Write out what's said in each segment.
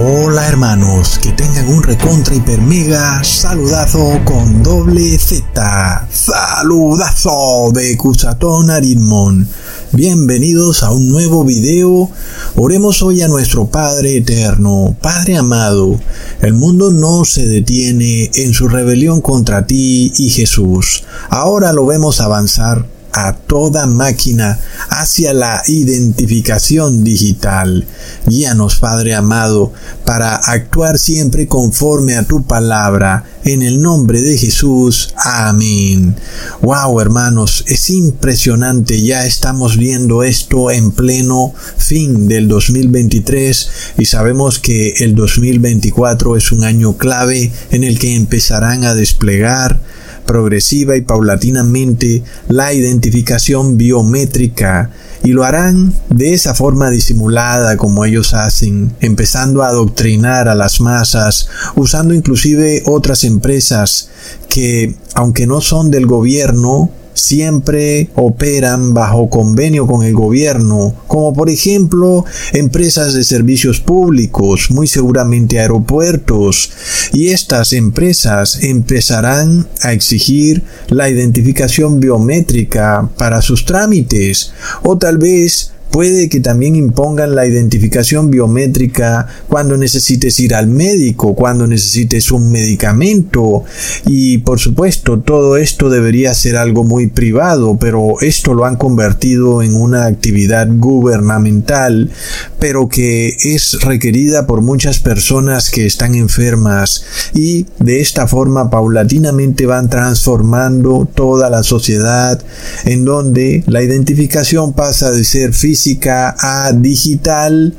Hola hermanos, que tengan un recontra hiper mega saludazo con doble Z. Saludazo de Cusatón Aritmon. Bienvenidos a un nuevo video. Oremos hoy a nuestro Padre Eterno. Padre amado, el mundo no se detiene en su rebelión contra ti y Jesús. Ahora lo vemos avanzar a toda máquina hacia la identificación digital. Guíanos, Padre amado, para actuar siempre conforme a tu palabra. En el nombre de Jesús. Amén. Wow, hermanos, es impresionante. Ya estamos viendo esto en pleno fin del 2023 y sabemos que el 2024 es un año clave en el que empezarán a desplegar progresiva y paulatinamente la identificación biométrica, y lo harán de esa forma disimulada como ellos hacen, empezando a adoctrinar a las masas, usando inclusive otras empresas que, aunque no son del gobierno, siempre operan bajo convenio con el gobierno, como por ejemplo empresas de servicios públicos, muy seguramente aeropuertos, y estas empresas empezarán a exigir la identificación biométrica para sus trámites, o tal vez puede que también impongan la identificación biométrica cuando necesites ir al médico, cuando necesites un medicamento. Y por supuesto, todo esto debería ser algo muy privado, pero esto lo han convertido en una actividad gubernamental, pero que es requerida por muchas personas que están enfermas. Y de esta forma, paulatinamente van transformando toda la sociedad, en donde la identificación pasa de ser física a digital.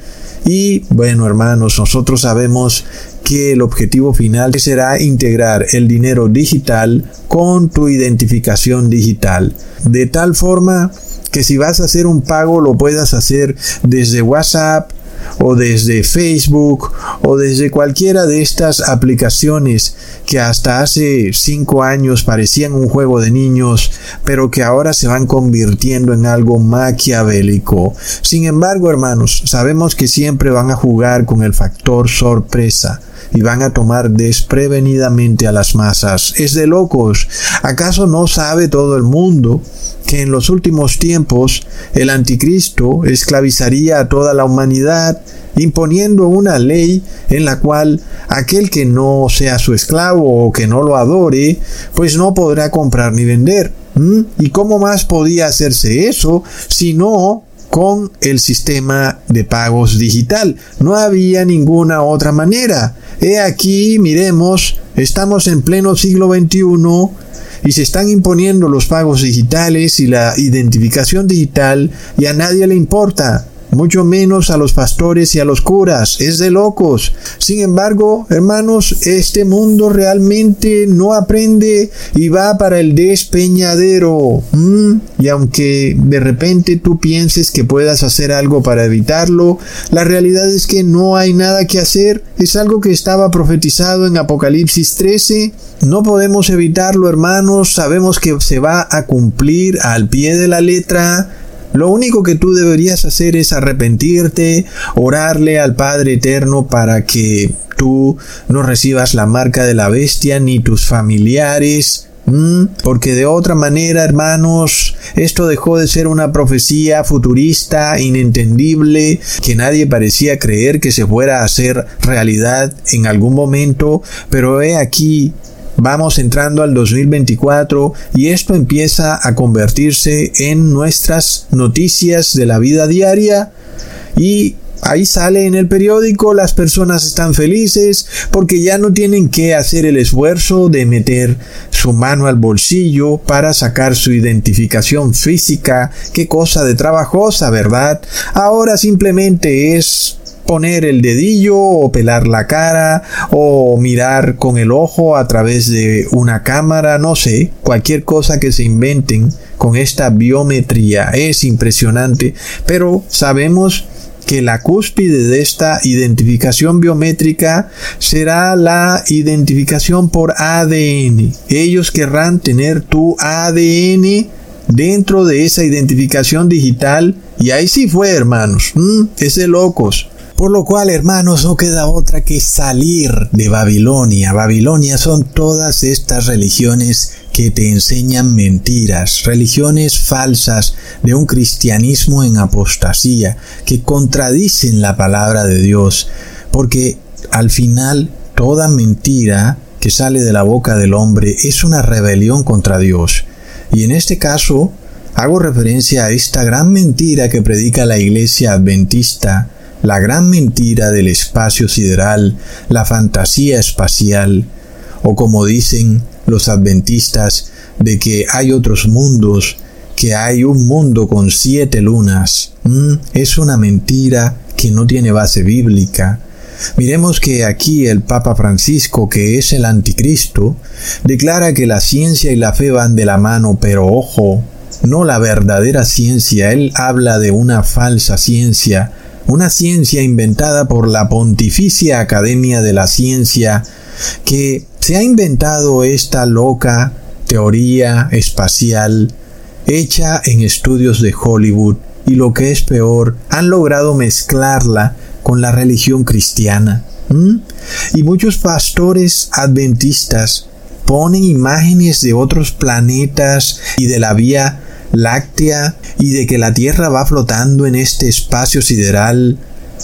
Y bueno, hermanos, nosotros sabemos que el objetivo final será integrar el dinero digital con tu identificación digital, de tal forma que si vas a hacer un pago lo puedas hacer desde WhatsApp o desde Facebook o desde cualquiera de estas aplicaciones que hasta hace 5 años parecían un juego de niños, pero que ahora se van convirtiendo en algo maquiavélico. Sin embargo, hermanos, sabemos que siempre van a jugar con el factor sorpresa y van a tomar desprevenidamente a las masas. Es de locos. ¿Acaso no sabe todo el mundo que en los últimos tiempos el anticristo esclavizaría a toda la humanidad, imponiendo una ley en la cual aquel que no sea su esclavo o que no lo adore, pues no podrá comprar ni vender? ¿Y cómo más podía hacerse eso si no con el sistema de pagos digital? No había ninguna otra manera. He aquí, miremos, estamos en pleno siglo XXI y se están imponiendo los pagos digitales y la identificación digital, y a nadie le importa, mucho menos a los pastores y a los curas. Es de locos. Sin embargo, hermanos, este mundo realmente no aprende y va para el despeñadero. Y aunque de repente tú pienses que puedas hacer algo para evitarlo, la realidad es que no hay nada que hacer. Es algo que estaba profetizado en Apocalipsis 13. No podemos evitarlo, hermanos. Sabemos que se va a cumplir al pie de la letra. Lo único que tú deberías hacer es arrepentirte, orarle al Padre Eterno para que tú no recibas la marca de la bestia ni tus familiares. Porque de otra manera, hermanos, esto dejó de ser una profecía futurista, inentendible, que nadie parecía creer que se fuera a hacer realidad en algún momento. Pero he aquí, vamos entrando al 2024 y esto empieza a convertirse en nuestras noticias de la vida diaria, y ahí sale en el periódico, las personas están felices porque ya no tienen que hacer el esfuerzo de meter su mano al bolsillo para sacar su identificación física. Qué cosa de trabajosa, ¿verdad? Ahora simplemente es poner el dedillo o pelar la cara o mirar con el ojo a través de una cámara, no sé, cualquier cosa que se inventen con esta biometría. Es impresionante, pero sabemos que la cúspide de esta identificación biométrica será la identificación por ADN. Ellos querrán tener tu ADN dentro de esa identificación digital, y ahí sí fue, hermanos, es de locos. Por lo cual, hermanos, no queda otra que salir de Babilonia. Babilonia son todas estas religiones que te enseñan mentiras, religiones falsas de un cristianismo en apostasía, que contradicen la palabra de Dios, porque al final toda mentira que sale de la boca del hombre es una rebelión contra Dios. Y en este caso, hago referencia a esta gran mentira que predica la iglesia adventista, la gran mentira del espacio sideral, la fantasía espacial, o como dicen los adventistas, de que hay otros mundos, que hay un mundo con 7 lunas. Es una mentira que no tiene base bíblica. Miremos que aquí el Papa Francisco, que es el anticristo, declara que la ciencia y la fe van de la mano, pero ojo, no la verdadera ciencia. Él habla de una falsa ciencia, una ciencia inventada por la Pontificia Academia de la Ciencia, que se ha inventado esta loca teoría espacial hecha en estudios de Hollywood, y lo que es peor, han logrado mezclarla con la religión cristiana. Y muchos pastores adventistas ponen imágenes de otros planetas y de la Vía Láctea y de que la Tierra va flotando en este espacio sideral,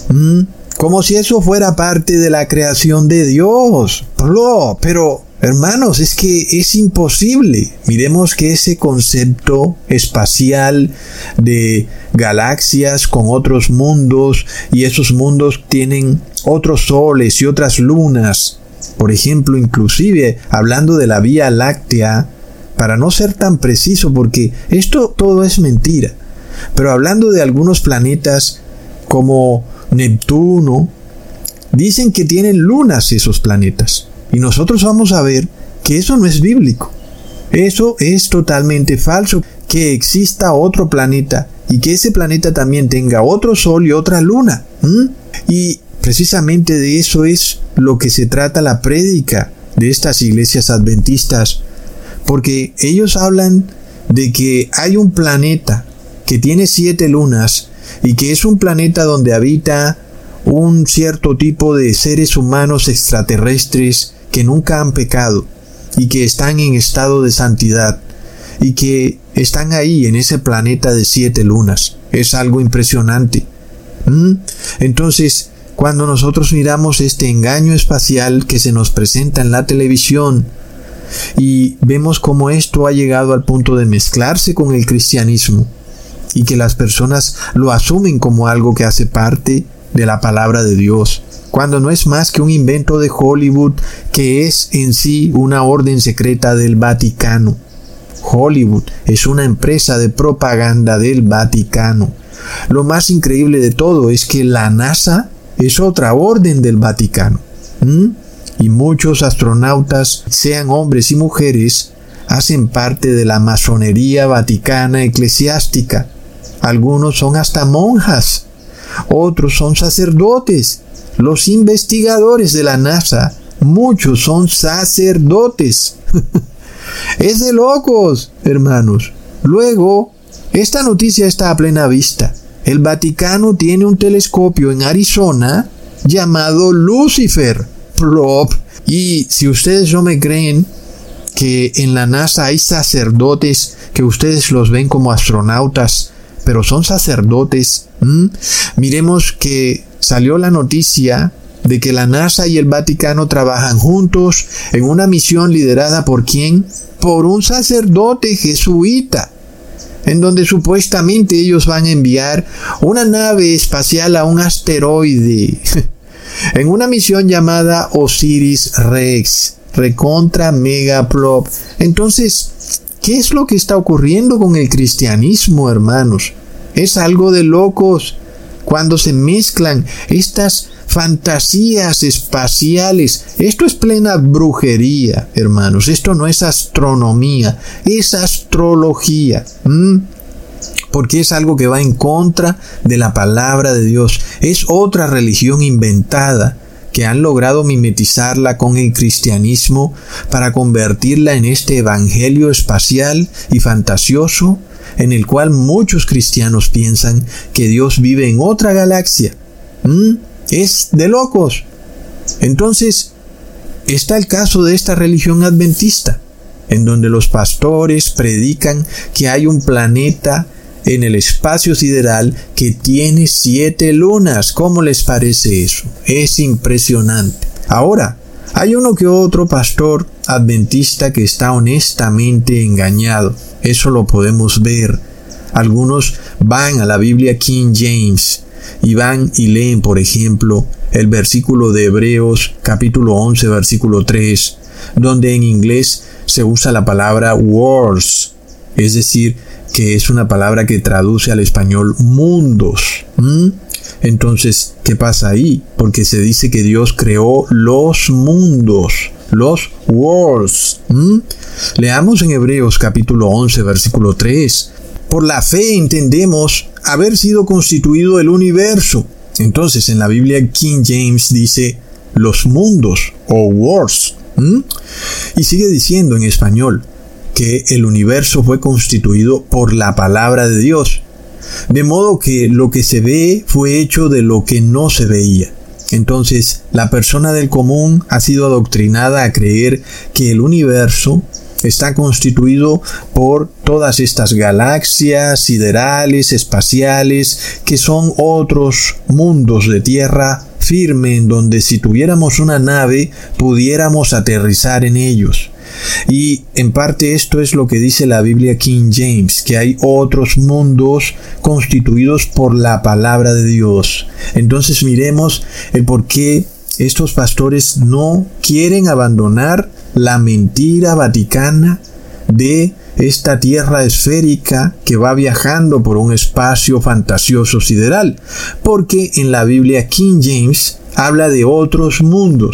como si eso fuera parte de la creación de Dios. Pero hermanos, es que es imposible. Miremos que ese concepto espacial de galaxias con otros mundos, y esos mundos tienen otros soles y otras lunas. Por ejemplo, inclusive hablando de la Vía Láctea, para no ser tan preciso, porque esto todo es mentira, pero hablando de algunos planetas como Neptuno, dicen que tienen lunas esos planetas. Y nosotros vamos a ver que eso no es bíblico. Eso es totalmente falso, que exista otro planeta y que ese planeta también tenga otro sol y otra luna. Y precisamente de eso es lo que se trata la prédica de estas iglesias adventistas, porque ellos hablan de que hay un planeta que tiene 7 lunas y que es un planeta donde habita un cierto tipo de seres humanos extraterrestres que nunca han pecado y que están en estado de santidad y que están ahí en ese planeta de 7 lunas. Es algo impresionante. Entonces, cuando nosotros miramos este engaño espacial que se nos presenta en la televisión y vemos cómo esto ha llegado al punto de mezclarse con el cristianismo y que las personas lo asumen como algo que hace parte de la palabra de Dios, cuando no es más que un invento de Hollywood, que es en sí una orden secreta del Vaticano. Hollywood es una empresa de propaganda del Vaticano. Lo más increíble de todo es que la NASA es otra orden del Vaticano. Y muchos astronautas, sean hombres y mujeres, hacen parte de la masonería vaticana eclesiástica. Algunos son hasta monjas, otros son sacerdotes. Los investigadores de la NASA, muchos son sacerdotes. Es de locos, hermanos. Luego, esta noticia está a plena vista. El Vaticano tiene un telescopio en Arizona llamado Lucifer. Y si ustedes no me creen que en la NASA hay sacerdotes que ustedes los ven como astronautas, pero son sacerdotes, miremos que salió la noticia de que la NASA y el Vaticano trabajan juntos en una misión liderada ¿por quién? Por un sacerdote jesuita, en donde supuestamente ellos van a enviar una nave espacial a un asteroide, en una misión llamada Osiris Rex, recontra mega plop. Entonces, ¿qué es lo que está ocurriendo con el cristianismo, hermanos? Es algo de locos cuando se mezclan estas fantasías espaciales. Esto es plena brujería, hermanos. Esto no es astronomía, es astrología. Porque es algo que va en contra de la palabra de Dios. Es otra religión inventada que han logrado mimetizarla con el cristianismo para convertirla en este evangelio espacial y fantasioso, en el cual muchos cristianos piensan que Dios vive en otra galaxia. Es de locos. Entonces, está el caso de esta religión adventista, en donde los pastores predican que hay un planeta en el espacio sideral que tiene 7 lunas. ¿Cómo les parece eso? Es impresionante. Ahora, hay uno que otro pastor adventista que está honestamente engañado. Eso lo podemos ver. Algunos van a la Biblia King James y van y leen, por ejemplo, el versículo de Hebreos capítulo 11, versículo 3, donde en inglés se usa la palabra wars, es decir, que es una palabra que traduce al español mundos. Entonces, ¿qué pasa ahí? Porque se dice que Dios creó los mundos, los worlds. Leamos en Hebreos capítulo 11, versículo 3. Por la fe entendemos haber sido constituido el universo. Entonces, en la Biblia King James dice los mundos o worlds. Y sigue diciendo en español que el universo fue constituido por la palabra de Dios. De modo que lo que se ve fue hecho de lo que no se veía. Entonces, la persona del común ha sido adoctrinada a creer que el universo está constituido por todas estas galaxias siderales, espaciales, que son otros mundos de tierra firme en donde si tuviéramos una nave pudiéramos aterrizar en ellos. Y en parte esto es lo que dice la Biblia King James, que hay otros mundos constituidos por la palabra de Dios. Entonces miremos el por qué estos pastores no quieren abandonar la mentira vaticana de esta tierra esférica que va viajando por un espacio fantasioso sideral, porque en la Biblia King James habla de otros mundos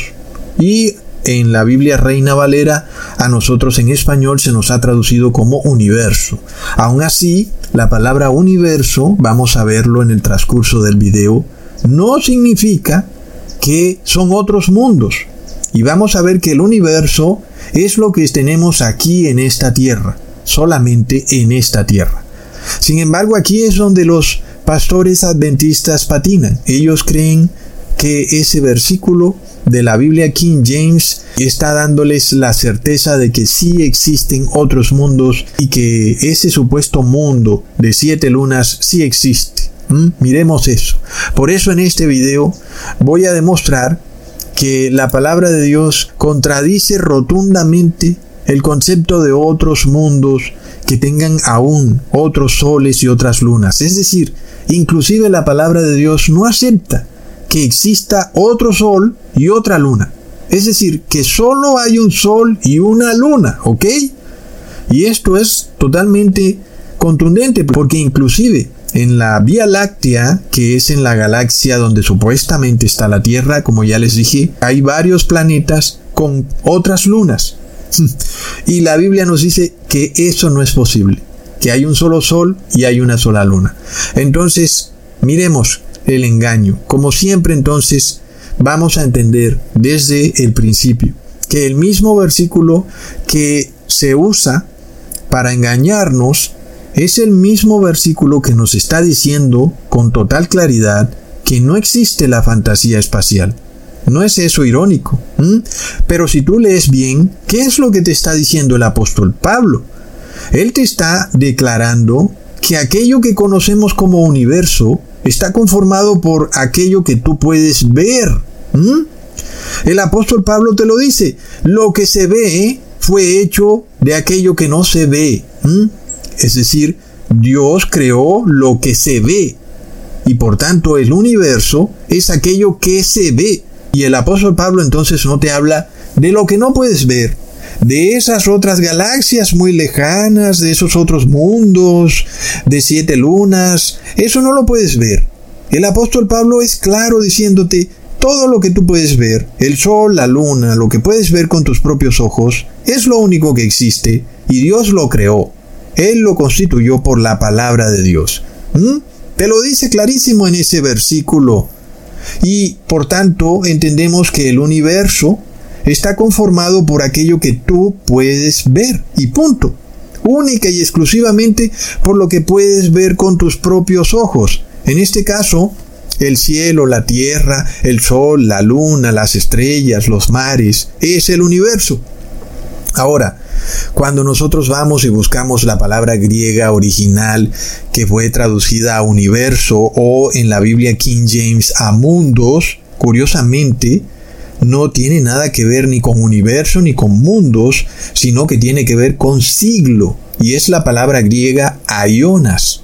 y en la Biblia Reina Valera a nosotros en español se nos ha traducido como universo. Aún así, la palabra universo, vamos a verlo en el transcurso del video, no significa que son otros mundos. Y vamos a ver que el universo es lo que tenemos aquí en esta tierra, solamente en esta tierra. Sin embargo, aquí es donde los pastores adventistas patinan. Ellos creen que ese versículo de la Biblia King James está dándoles la certeza de que sí existen otros mundos y que ese supuesto mundo de 7 lunas sí existe. Miremos eso. Por eso en este video voy a demostrar que la palabra de Dios contradice rotundamente el concepto de otros mundos que tengan aún otros soles y otras lunas. Es decir, inclusive la palabra de Dios no acepta que exista otro sol y otra luna. Es decir, que solo hay un sol y una luna, ¿ok? Y esto es totalmente contundente, porque inclusive en la Vía Láctea, que es en la galaxia donde supuestamente está la Tierra, como ya les dije, hay varios planetas con otras lunas. Y la Biblia nos dice que eso no es posible, que hay un solo sol y hay una sola luna. Entonces, miremos el engaño. Como siempre, entonces, vamos a entender desde el principio que el mismo versículo que se usa para engañarnos es el mismo versículo que nos está diciendo con total claridad que no existe la fantasía espacial. ¿No es eso irónico? Pero si tú lees bien, ¿qué es lo que te está diciendo el apóstol Pablo? Él te está declarando que aquello que conocemos como universo está conformado por aquello que tú puedes ver. El apóstol Pablo te lo dice. Lo que se ve fue hecho de aquello que no se ve. Es decir, Dios creó lo que se ve. Y por tanto el universo es aquello que se ve. Y el apóstol Pablo entonces no te habla de lo que no puedes ver, de esas otras galaxias muy lejanas, de esos otros mundos, de 7 lunas. Eso no lo puedes ver. El apóstol Pablo es claro diciéndote todo lo que tú puedes ver, el sol, la luna, lo que puedes ver con tus propios ojos, es lo único que existe y Dios lo creó. Él lo constituyó por la palabra de Dios. Te lo dice clarísimo en ese versículo. Y por tanto entendemos que el universo está conformado por aquello que tú puedes ver. Y punto. Única y exclusivamente por lo que puedes ver con tus propios ojos. En este caso, El cielo, la tierra, el sol, la luna, las estrellas, los mares, es el universo. Ahora, cuando nosotros vamos y buscamos la palabra griega original que fue traducida a universo o en la Biblia King James a mundos, curiosamente, no tiene nada que ver ni con universo ni con mundos, sino que tiene que ver con siglo. Y es la palabra griega aionas.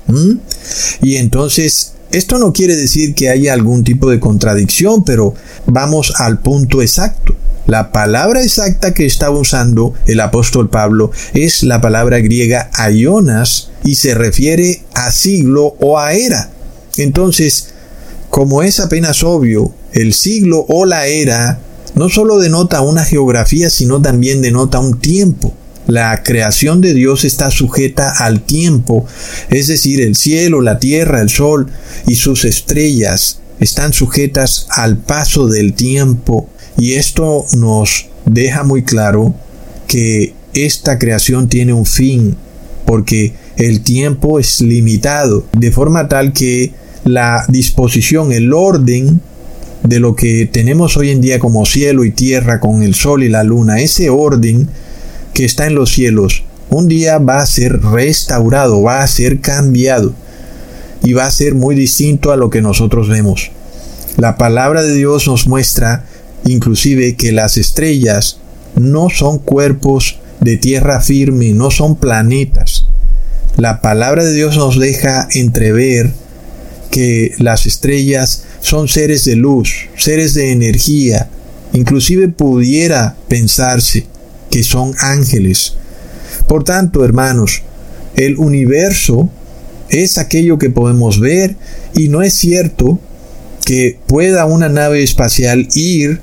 Y entonces, esto no quiere decir que haya algún tipo de contradicción, pero vamos al punto exacto. La palabra exacta que está usando el apóstol Pablo es la palabra griega aionas y se refiere a siglo o a era. Entonces, como es apenas obvio, el siglo o la era no solo denota una geografía, sino también denota un tiempo. La creación de Dios está sujeta al tiempo, es decir, el cielo, la tierra, el sol y sus estrellas están sujetas al paso del tiempo. Y esto nos deja muy claro que esta creación tiene un fin, porque el tiempo es limitado, de forma tal que la disposición, el orden de lo que tenemos hoy en día como cielo y tierra con el sol y la luna, ese orden que está en los cielos, un día va a ser restaurado, va a ser cambiado y va a ser muy distinto a lo que nosotros vemos. La palabra de Dios nos muestra inclusive que las estrellas no son cuerpos de tierra firme, no son planetas. La palabra de Dios nos deja entrever que las estrellas son seres de luz, seres de energía. Inclusive pudiera pensarse que son ángeles. Por tanto, hermanos, el universo es aquello que podemos ver y no es cierto que pueda una nave espacial ir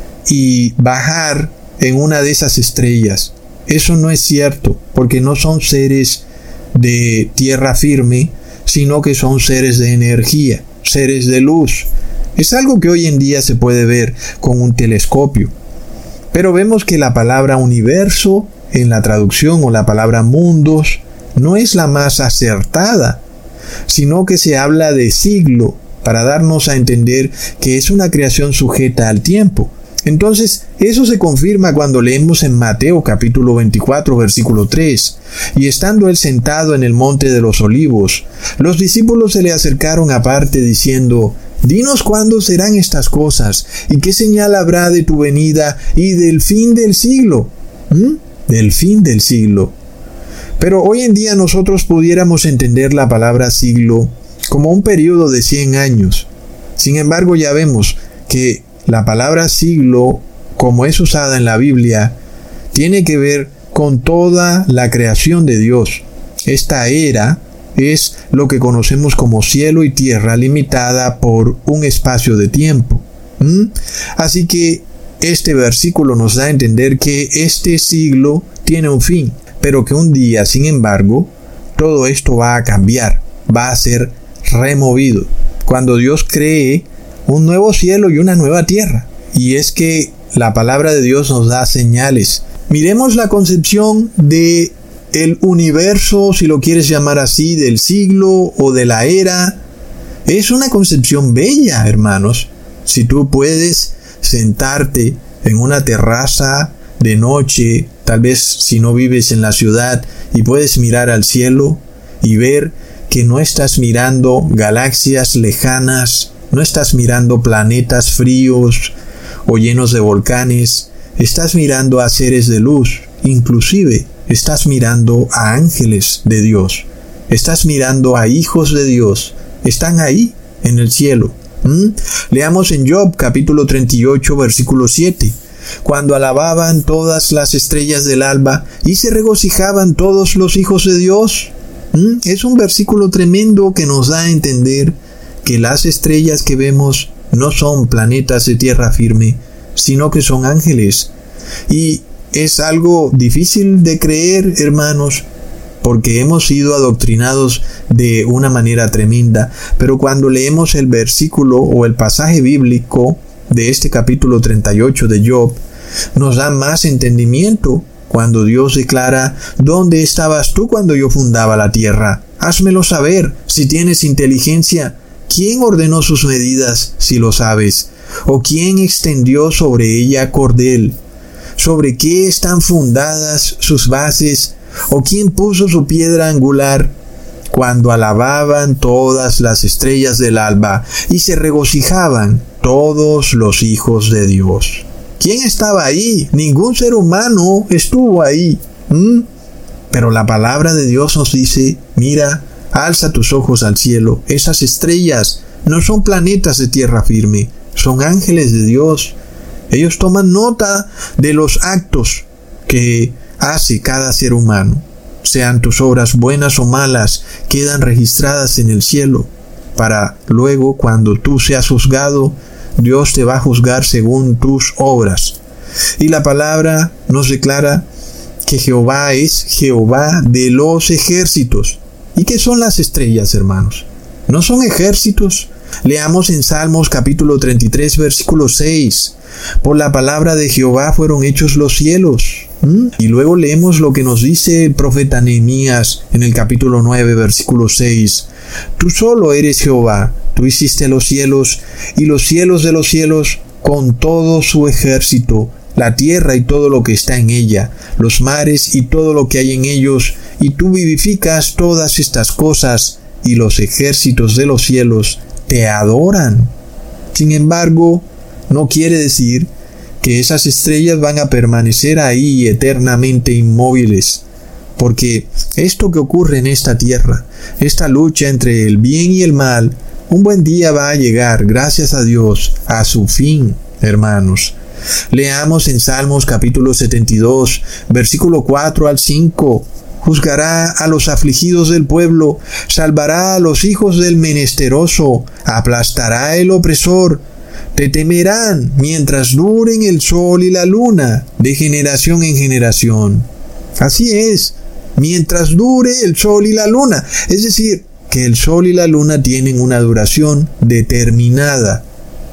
y bajar en una de esas estrellas. Eso no es cierto, porque no son seres de tierra firme, sino que son seres de energía, seres de luz. Es algo que hoy en día se puede ver con un telescopio. Pero vemos que la palabra universo en la traducción o la palabra mundos no es la más acertada, sino que se habla de siglo para darnos a entender que es una creación sujeta al tiempo. Entonces, eso se confirma cuando leemos en Mateo capítulo 24, versículo 3. Y estando él sentado en el monte de los olivos, los discípulos se le acercaron aparte diciendo: Dinos cuándo serán estas cosas, y qué señal habrá de tu venida y del fin del siglo. Del fin del siglo. Pero hoy en día nosotros pudiéramos entender la palabra siglo como un periodo de 100 años. Sin embargo, ya vemos que la palabra siglo, como es usada en la Biblia, tiene que ver con toda la creación de Dios. Esta era es lo que conocemos como cielo y tierra, limitada por un espacio de tiempo. Así que este versículo nos da a entender que este siglo tiene un fin, pero que un día, sin embargo, todo esto va a cambiar, va a ser removido, cuando Dios cree un nuevo cielo y una nueva tierra. Y es que la palabra de Dios nos da señales. Miremos la concepción de el universo, si lo quieres llamar así, del siglo o de la era. Es una concepción bella, hermanos. Si tú puedes sentarte en una terraza de noche, tal vez si no vives en la ciudad, y puedes mirar al cielo y ver que no estás mirando galaxias lejanas, no estás mirando planetas fríos o llenos de volcanes, estás mirando a seres de luz, inclusive estás mirando a ángeles de Dios, estás mirando a hijos de Dios, están ahí en el cielo. Leamos en Job capítulo 38 versículo 7. Cuando alababan todas las estrellas del alba y se regocijaban todos los hijos de Dios. Es un versículo tremendo que nos da a entender que las estrellas que vemos no son planetas de tierra firme, sino que son ángeles. Y es algo difícil de creer, hermanos, porque hemos sido adoctrinados de una manera tremenda. Pero cuando leemos el versículo o el pasaje bíblico de este capítulo 38 de Job, nos da más entendimiento cuando Dios declara: ¿dónde estabas tú cuando yo fundaba la tierra? Házmelo saber, si tienes inteligencia, ¿Quién ordenó sus medidas, si lo sabes? ¿O quién extendió sobre ella cordel? ¿Sobre qué están fundadas sus bases? ¿O quién puso su piedra angular? Cuando alababan todas las estrellas del alba y se regocijaban todos los hijos de Dios. ¿Quién estaba ahí? Ningún ser humano estuvo ahí. Pero la palabra de Dios nos dice, mira, alza tus ojos al cielo. Esas estrellas no son planetas de tierra firme, son ángeles de Dios. Ellos toman nota de los actos que hace cada ser humano. Sean tus obras buenas o malas, quedan registradas en el cielo, para luego, cuando tú seas juzgado, Dios te va a juzgar según tus obras. Y la palabra nos declara que Jehová es Jehová de los ejércitos. ¿Y qué son las estrellas, hermanos? ¿No son ejércitos? Leamos en Salmos capítulo 33, versículo 6. Por la palabra de Jehová fueron hechos los cielos. Y luego leemos lo que nos dice el profeta Nehemías en el capítulo 9, versículo 6. Tú solo eres Jehová, tú hiciste los cielos y los cielos de los cielos con todo su ejército, la tierra y todo lo que está en ella, los mares y todo lo que hay en ellos, y tú vivificas todas estas cosas, y los ejércitos de los cielos te adoran. Sin embargo, no quiere decir que esas estrellas van a permanecer ahí eternamente inmóviles, porque esto que ocurre en esta tierra, esta lucha entre el bien y el mal, un buen día va a llegar, gracias a Dios, a su fin, hermanos. Leamos en Salmos capítulo 72, versículo 4 al 5. Juzgará a los afligidos del pueblo, salvará a los hijos del menesteroso, aplastará el opresor. Te temerán mientras duren el sol y la luna, de generación en generación. Así es, mientras dure el sol y la luna. Es decir, que el sol y la luna tienen una duración determinada.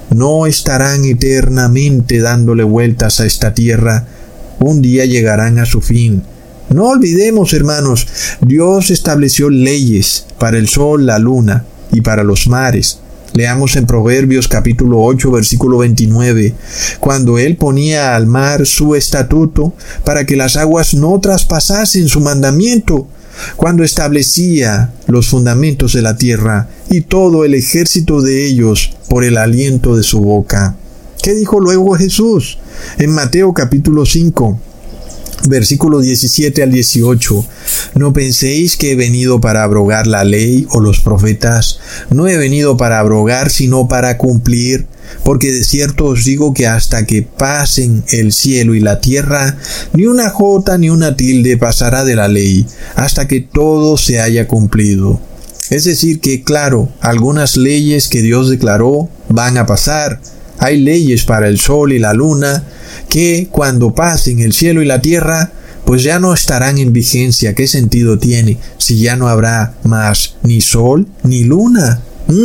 No estarán eternamente dándole vueltas a esta tierra. Un día llegarán a su fin. No olvidemos, hermanos, Dios estableció leyes para el sol, la luna y para los mares. Leamos en Proverbios capítulo 8, versículo 29, cuando Él ponía al mar su estatuto para que las aguas no traspasasen su mandamiento, cuando establecía los fundamentos de la tierra y todo el ejército de ellos por el aliento de su boca. ¿Qué dijo luego Jesús? En Mateo capítulo 5, versículo 17 al 18. No penséis que he venido para abrogar la ley o los profetas. No he venido para abrogar, sino para cumplir. Porque de cierto os digo que hasta que pasen el cielo y la tierra, ni una jota ni una tilde pasará de la ley, hasta que todo se haya cumplido. Es decir que, claro, algunas leyes que Dios declaró van a pasar. Hay leyes para el sol y la luna, que cuando pasen el cielo y la tierra, pues ya no estarán en vigencia. ¿Qué sentido tiene si ya no habrá más ni sol ni luna?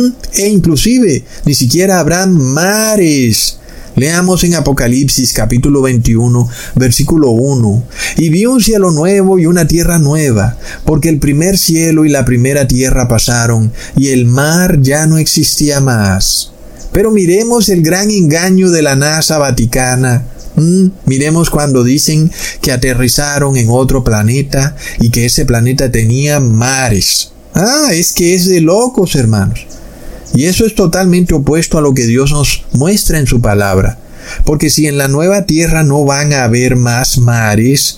E inclusive ni siquiera habrá mares. Leamos en Apocalipsis capítulo 21, versículo 1. Y vi un cielo nuevo y una tierra nueva, porque el primer cielo y la primera tierra pasaron, y el mar ya no existía más. Pero miremos el gran engaño de la NASA Vaticana. Miremos cuando dicen que aterrizaron en otro planeta y que ese planeta tenía mares. Es que es de locos, hermanos. Y eso es totalmente opuesto a lo que Dios nos muestra en su palabra. Porque si en la nueva tierra no van a haber más mares,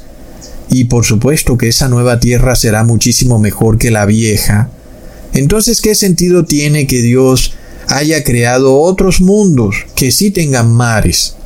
y por supuesto que esa nueva tierra será muchísimo mejor que la vieja, entonces ¿qué sentido tiene que Dios haya creado otros mundos que sí tengan mares?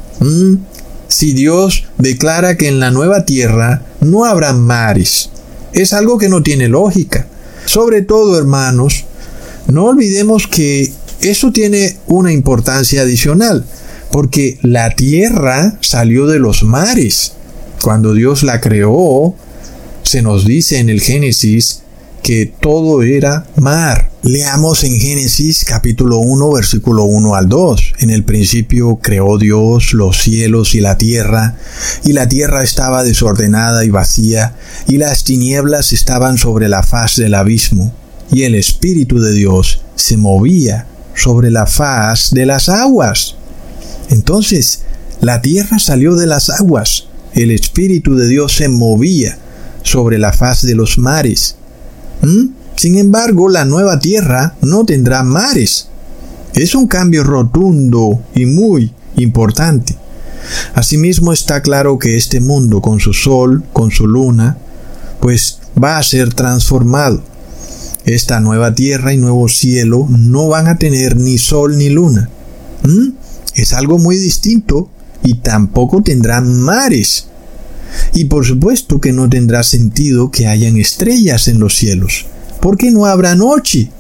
Si Dios declara que en la nueva tierra no habrá mares, es algo que no tiene lógica. Sobre todo, hermanos, no olvidemos que eso tiene una importancia adicional, porque la tierra salió de los mares. Cuando Dios la creó, se nos dice en el Génesis que todo era mar. Leamos en Génesis capítulo 1, versículo 1 al 2. En el principio creó Dios los cielos y la tierra estaba desordenada y vacía, y las tinieblas estaban sobre la faz del abismo, y el Espíritu de Dios se movía sobre la faz de las aguas. Entonces, la tierra salió de las aguas. El Espíritu de Dios se movía sobre la faz de los mares. Sin embargo, la nueva tierra no tendrá mares. Es un cambio rotundo y muy importante. Asimismo, está claro que este mundo, con su sol, con su luna, pues va a ser transformado. Esta nueva tierra y nuevo cielo no van a tener ni sol ni luna. Es algo muy distinto y tampoco tendrán mares. Y por supuesto que no tendrá sentido que hayan estrellas en los cielos, porque no habrá noche.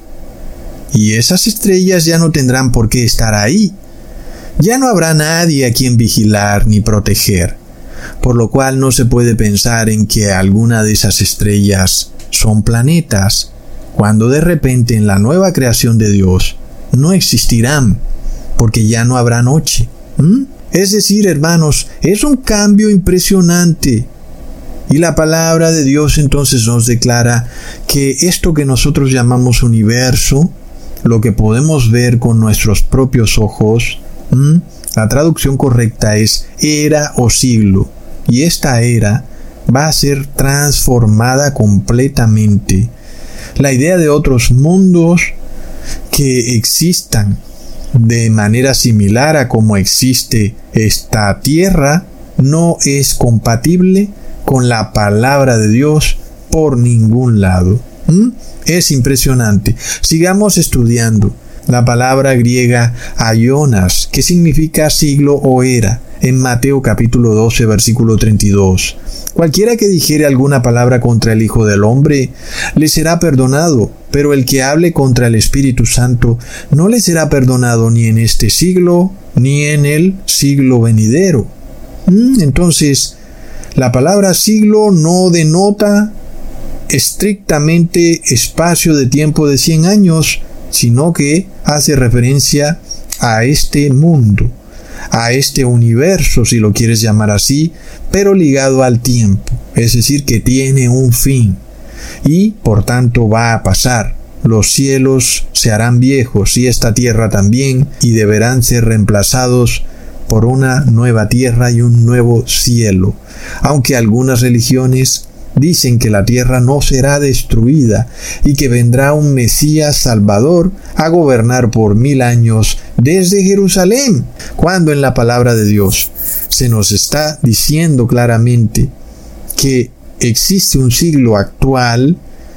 Y esas estrellas ya no tendrán por qué estar ahí. Ya no habrá nadie a quien vigilar ni proteger, por lo cual no se puede pensar en que alguna de esas estrellas son planetas, cuando de repente en la nueva creación de Dios no existirán, porque ya no habrá noche. Es decir, hermanos, es un cambio impresionante. Y la palabra de Dios entonces nos declara que esto que nosotros llamamos universo, lo que podemos ver con nuestros propios ojos, la traducción correcta es era o siglo. Y esta era va a ser transformada completamente. La idea de otros mundos que existan de manera similar a como existe esta tierra no es compatible con la palabra de Dios por ningún lado. Es impresionante. Sigamos estudiando. La palabra griega aionas, que significa siglo o era, en Mateo capítulo 12, versículo 32. Cualquiera que dijere alguna palabra contra el Hijo del Hombre, le será perdonado, pero el que hable contra el Espíritu Santo, no le será perdonado ni en este siglo, ni en el siglo venidero. Entonces, la palabra siglo no denota estrictamente espacio de tiempo de 100 años, sino que hace referencia a este mundo, a este universo, si lo quieres llamar así, pero ligado al tiempo, es decir, que tiene un fin y por tanto va a pasar. Los cielos se harán viejos y esta tierra también, y deberán ser reemplazados por una nueva tierra y un nuevo cielo. Aunque algunas religiones dicen que la tierra no será destruida y que vendrá un Mesías Salvador a gobernar por 1000 años desde Jerusalén, cuando en la palabra de Dios se nos está diciendo claramente que existe un siglo actual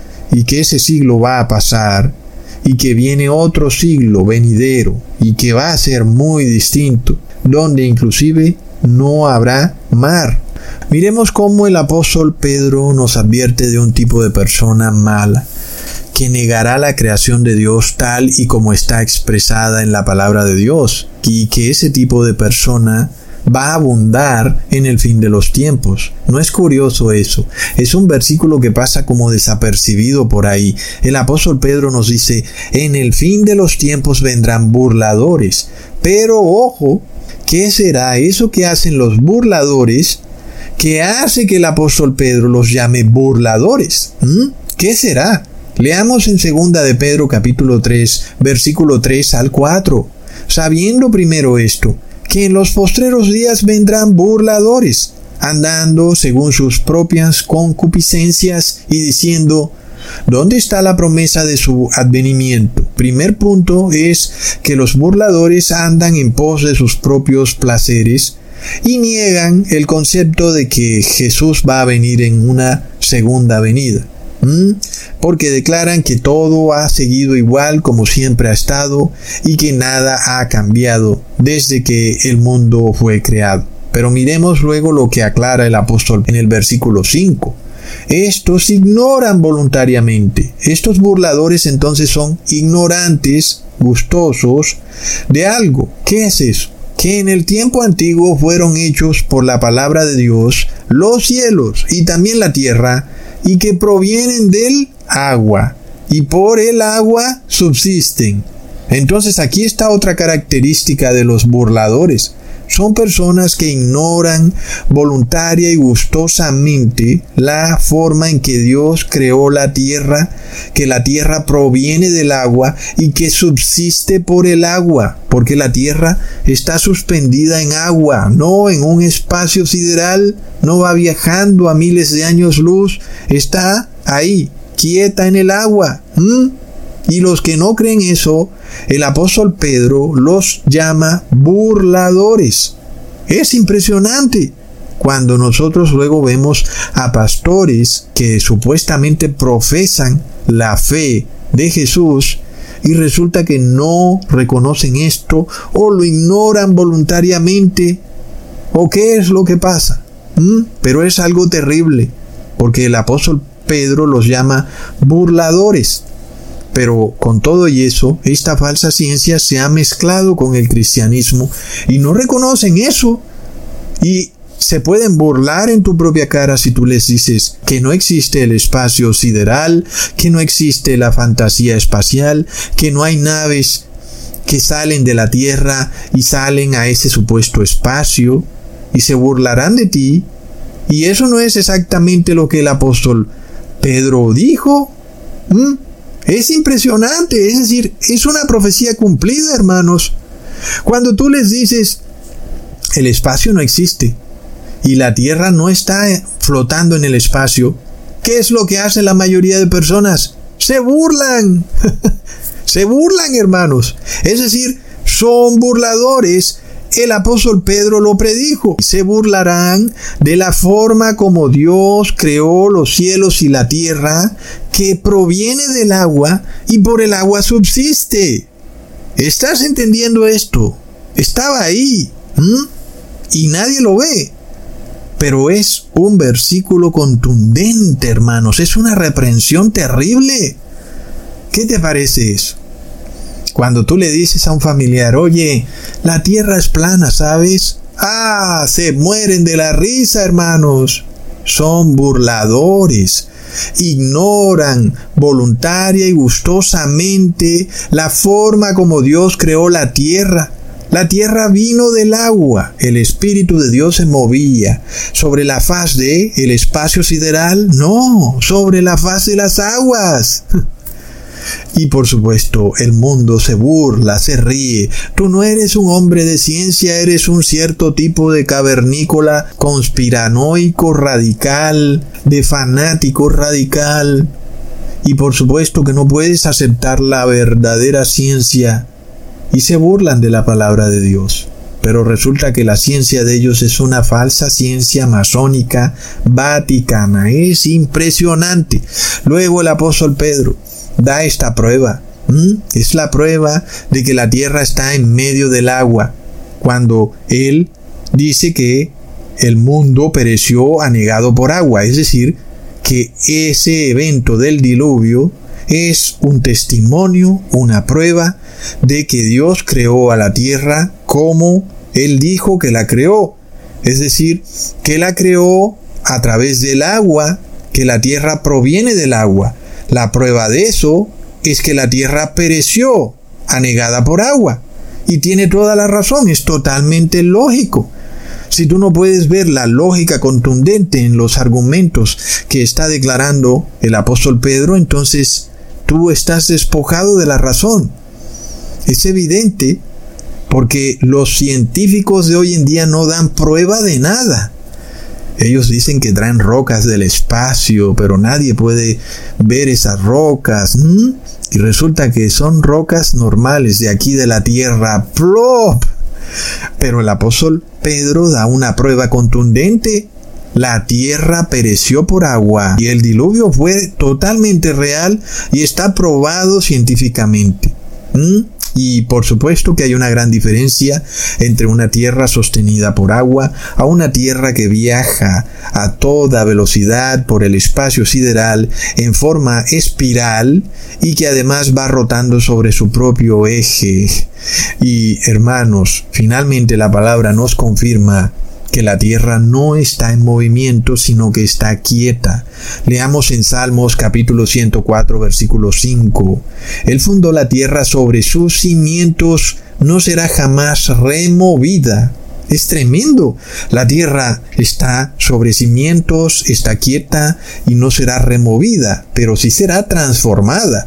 y que ese siglo va a pasar y que viene otro siglo venidero y que va a ser muy distinto, donde inclusive no habrá mar. Miremos cómo el apóstol Pedro nos advierte de un tipo de persona mala, que negará la creación de Dios tal y como está expresada en la palabra de Dios, y que ese tipo de persona va a abundar en el fin de los tiempos. ¿No es curioso eso? Es un versículo que pasa como desapercibido por ahí. El apóstol Pedro nos dice, en el fin de los tiempos vendrán burladores. Pero ojo, ¿qué será eso que hacen los burladores que hace que el apóstol Pedro los llame burladores? ¿Qué será? Leamos en 2 de Pedro capítulo 3, versículo 3 al 4. Sabiendo primero esto, que en los postreros días vendrán burladores, andando según sus propias concupiscencias y diciendo, ¿dónde está la promesa de su advenimiento? Primer punto es que los burladores andan en pos de sus propios placeres y niegan el concepto de que Jesús va a venir en una segunda venida. Porque declaran que todo ha seguido igual como siempre ha estado y que nada ha cambiado desde que el mundo fue creado. Pero miremos luego lo que aclara el apóstol en el versículo 5. Estos ignoran voluntariamente. Estos burladores entonces son ignorantes, gustosos de algo. ¿Qué es eso? Que en el tiempo antiguo fueron hechos por la palabra de Dios los cielos y también la tierra, y que provienen del agua, y por el agua subsisten. Entonces aquí está otra característica de los burladores. son personas que ignoran voluntaria y gustosamente la forma en que Dios creó la tierra, que la tierra proviene del agua y que subsiste por el agua, porque la tierra está suspendida en agua, no en un espacio sideral, no va viajando a miles de años luz, está ahí, quieta en el agua. Y los que no creen eso, el apóstol Pedro los llama burladores. Es impresionante cuando nosotros luego vemos a pastores que supuestamente profesan la fe de Jesús y resulta que no reconocen esto o lo ignoran voluntariamente. ¿O qué es lo que pasa? Pero es algo terrible, porque el apóstol Pedro los llama burladores. Pero con todo y eso, esta falsa ciencia se ha mezclado con el cristianismo y no reconocen eso. Y se pueden burlar en tu propia cara si tú les dices que no existe el espacio sideral, que no existe la fantasía espacial, que no hay naves que salen de la Tierra y salen a ese supuesto espacio, y se burlarán de ti. Y eso no es exactamente lo que el apóstol Pedro dijo. Es impresionante, es decir, es una profecía cumplida, hermanos. Cuando tú les dices, el espacio no existe y la Tierra no está flotando en el espacio, ¿qué es lo que hace la mayoría de personas? Se burlan. Se burlan, hermanos. Es decir, son burladores. El apóstol Pedro lo predijo. Se burlarán de la forma como Dios creó los cielos y la tierra, que proviene del agua y por el agua subsiste. ¿Estás entendiendo esto? Estaba ahí. Y nadie lo ve. Pero es un versículo contundente, hermanos. Es una reprensión terrible. ¿Qué te parece eso? Cuando tú le dices a un familiar, oye, la tierra es plana, ¿sabes? Se mueren de la risa, hermanos. Son burladores. Ignoran voluntaria y gustosamente la forma como Dios creó la tierra. La tierra vino del agua. El Espíritu de Dios se movía sobre la faz de el espacio sideral. No, sobre la faz de las aguas. Y por supuesto, el mundo se burla, se ríe. Tú no eres un hombre de ciencia, eres un cierto tipo de cavernícola conspiranoico radical, de fanático radical. Y por supuesto que no puedes aceptar la verdadera ciencia. Y se burlan de la palabra de Dios. Pero resulta que la ciencia de ellos es una falsa ciencia masónica vaticana. Es impresionante. Luego el apóstol Pedro da esta prueba. Es la prueba de que la tierra está en medio del agua, cuando él dice que el mundo pereció anegado por agua, es decir, que ese evento del diluvio es un testimonio, una prueba de que Dios creó a la tierra como Él dijo que la creó, es decir, que la creó a través del agua, que la tierra proviene del agua. La prueba de eso es que la tierra pereció, anegada por agua. Y tiene toda la razón, es totalmente lógico. Si tú no puedes ver la lógica contundente en los argumentos que está declarando el apóstol Pedro, entonces tú estás despojado de la razón. Es evidente, porque los científicos de hoy en día no dan prueba de nada. Ellos dicen que traen rocas del espacio, pero nadie puede ver esas rocas. Y resulta que son rocas normales de aquí de la tierra. ¡Plop! Pero el apóstol Pedro da una prueba contundente. La tierra pereció por agua y el diluvio fue totalmente real y está probado científicamente. Y por supuesto que hay una gran diferencia entre una tierra sostenida por agua a una tierra que viaja a toda velocidad por el espacio sideral en forma espiral y que además va rotando sobre su propio eje. Y hermanos, finalmente la palabra nos confirma que la tierra no está en movimiento, sino que está quieta. Leamos en Salmos capítulo 104, versículo 5. Él fundó la tierra sobre sus cimientos, no será jamás removida. Es tremendo. La tierra está sobre cimientos, está quieta y no será removida, pero sí será transformada.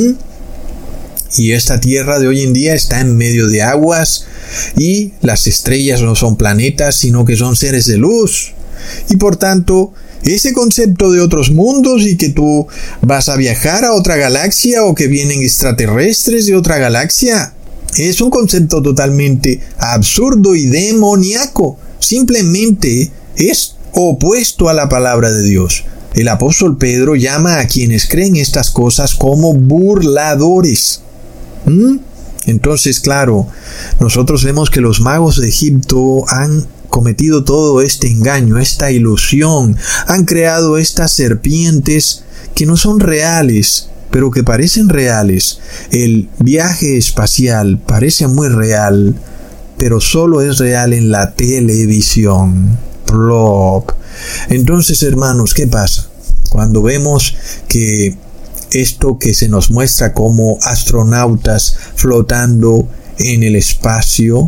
Y esta tierra de hoy en día está en medio de aguas y las estrellas no son planetas, sino que son seres de luz. Y por tanto, ese concepto de otros mundos y que tú vas a viajar a otra galaxia o que vienen extraterrestres de otra galaxia, es un concepto totalmente absurdo y demoníaco. Simplemente es opuesto a la palabra de Dios. El apóstol Pedro llama a quienes creen estas cosas como burladores. Entonces, claro, nosotros vemos que los magos de Egipto han cometido todo este engaño, esta ilusión. Han creado estas serpientes que no son reales, pero que parecen reales. El viaje espacial parece muy real, pero solo es real en la televisión. Plop. Entonces, hermanos, ¿qué pasa? Cuando vemos que esto que se nos muestra como astronautas flotando en el espacio,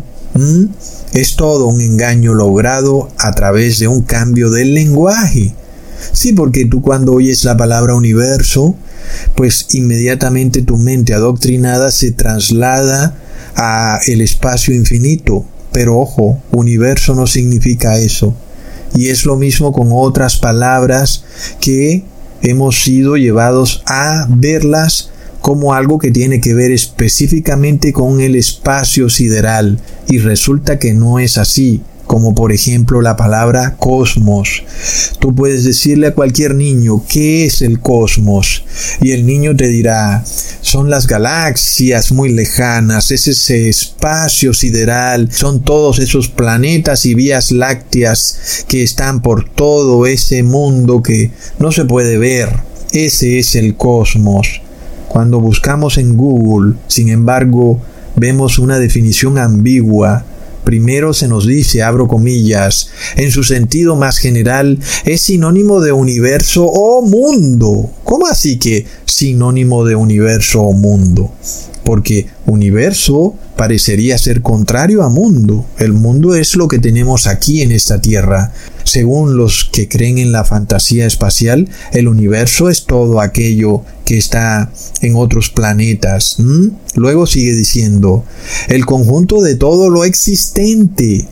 es todo un engaño logrado a través de un cambio del lenguaje. Sí, porque tú cuando oyes la palabra universo, pues inmediatamente tu mente adoctrinada se traslada a el espacio infinito. Pero ojo, universo no significa eso. Y es lo mismo con otras palabras que hemos sido llevados a verlas como algo que tiene que ver específicamente con el espacio sideral. Y resulta que no es así. Como por ejemplo la palabra cosmos. Tú puedes decirle a cualquier niño, ¿qué es el cosmos? Y el niño te dirá, son las galaxias muy lejanas, es ese espacio sideral, son todos esos planetas y vías lácteas que están por todo ese mundo que no se puede ver. Ese es el cosmos. Cuando buscamos en Google, sin embargo, vemos una definición ambigua. Primero se nos dice, abro comillas, en su sentido más general, es sinónimo de universo o mundo. ¿Cómo así que sinónimo de universo o mundo? Porque universo parecería ser contrario a mundo. El mundo es lo que tenemos aquí en esta tierra. Según los que creen en la fantasía espacial, el universo es todo aquello que está en otros planetas. Luego sigue diciendo, el conjunto de todo lo existente.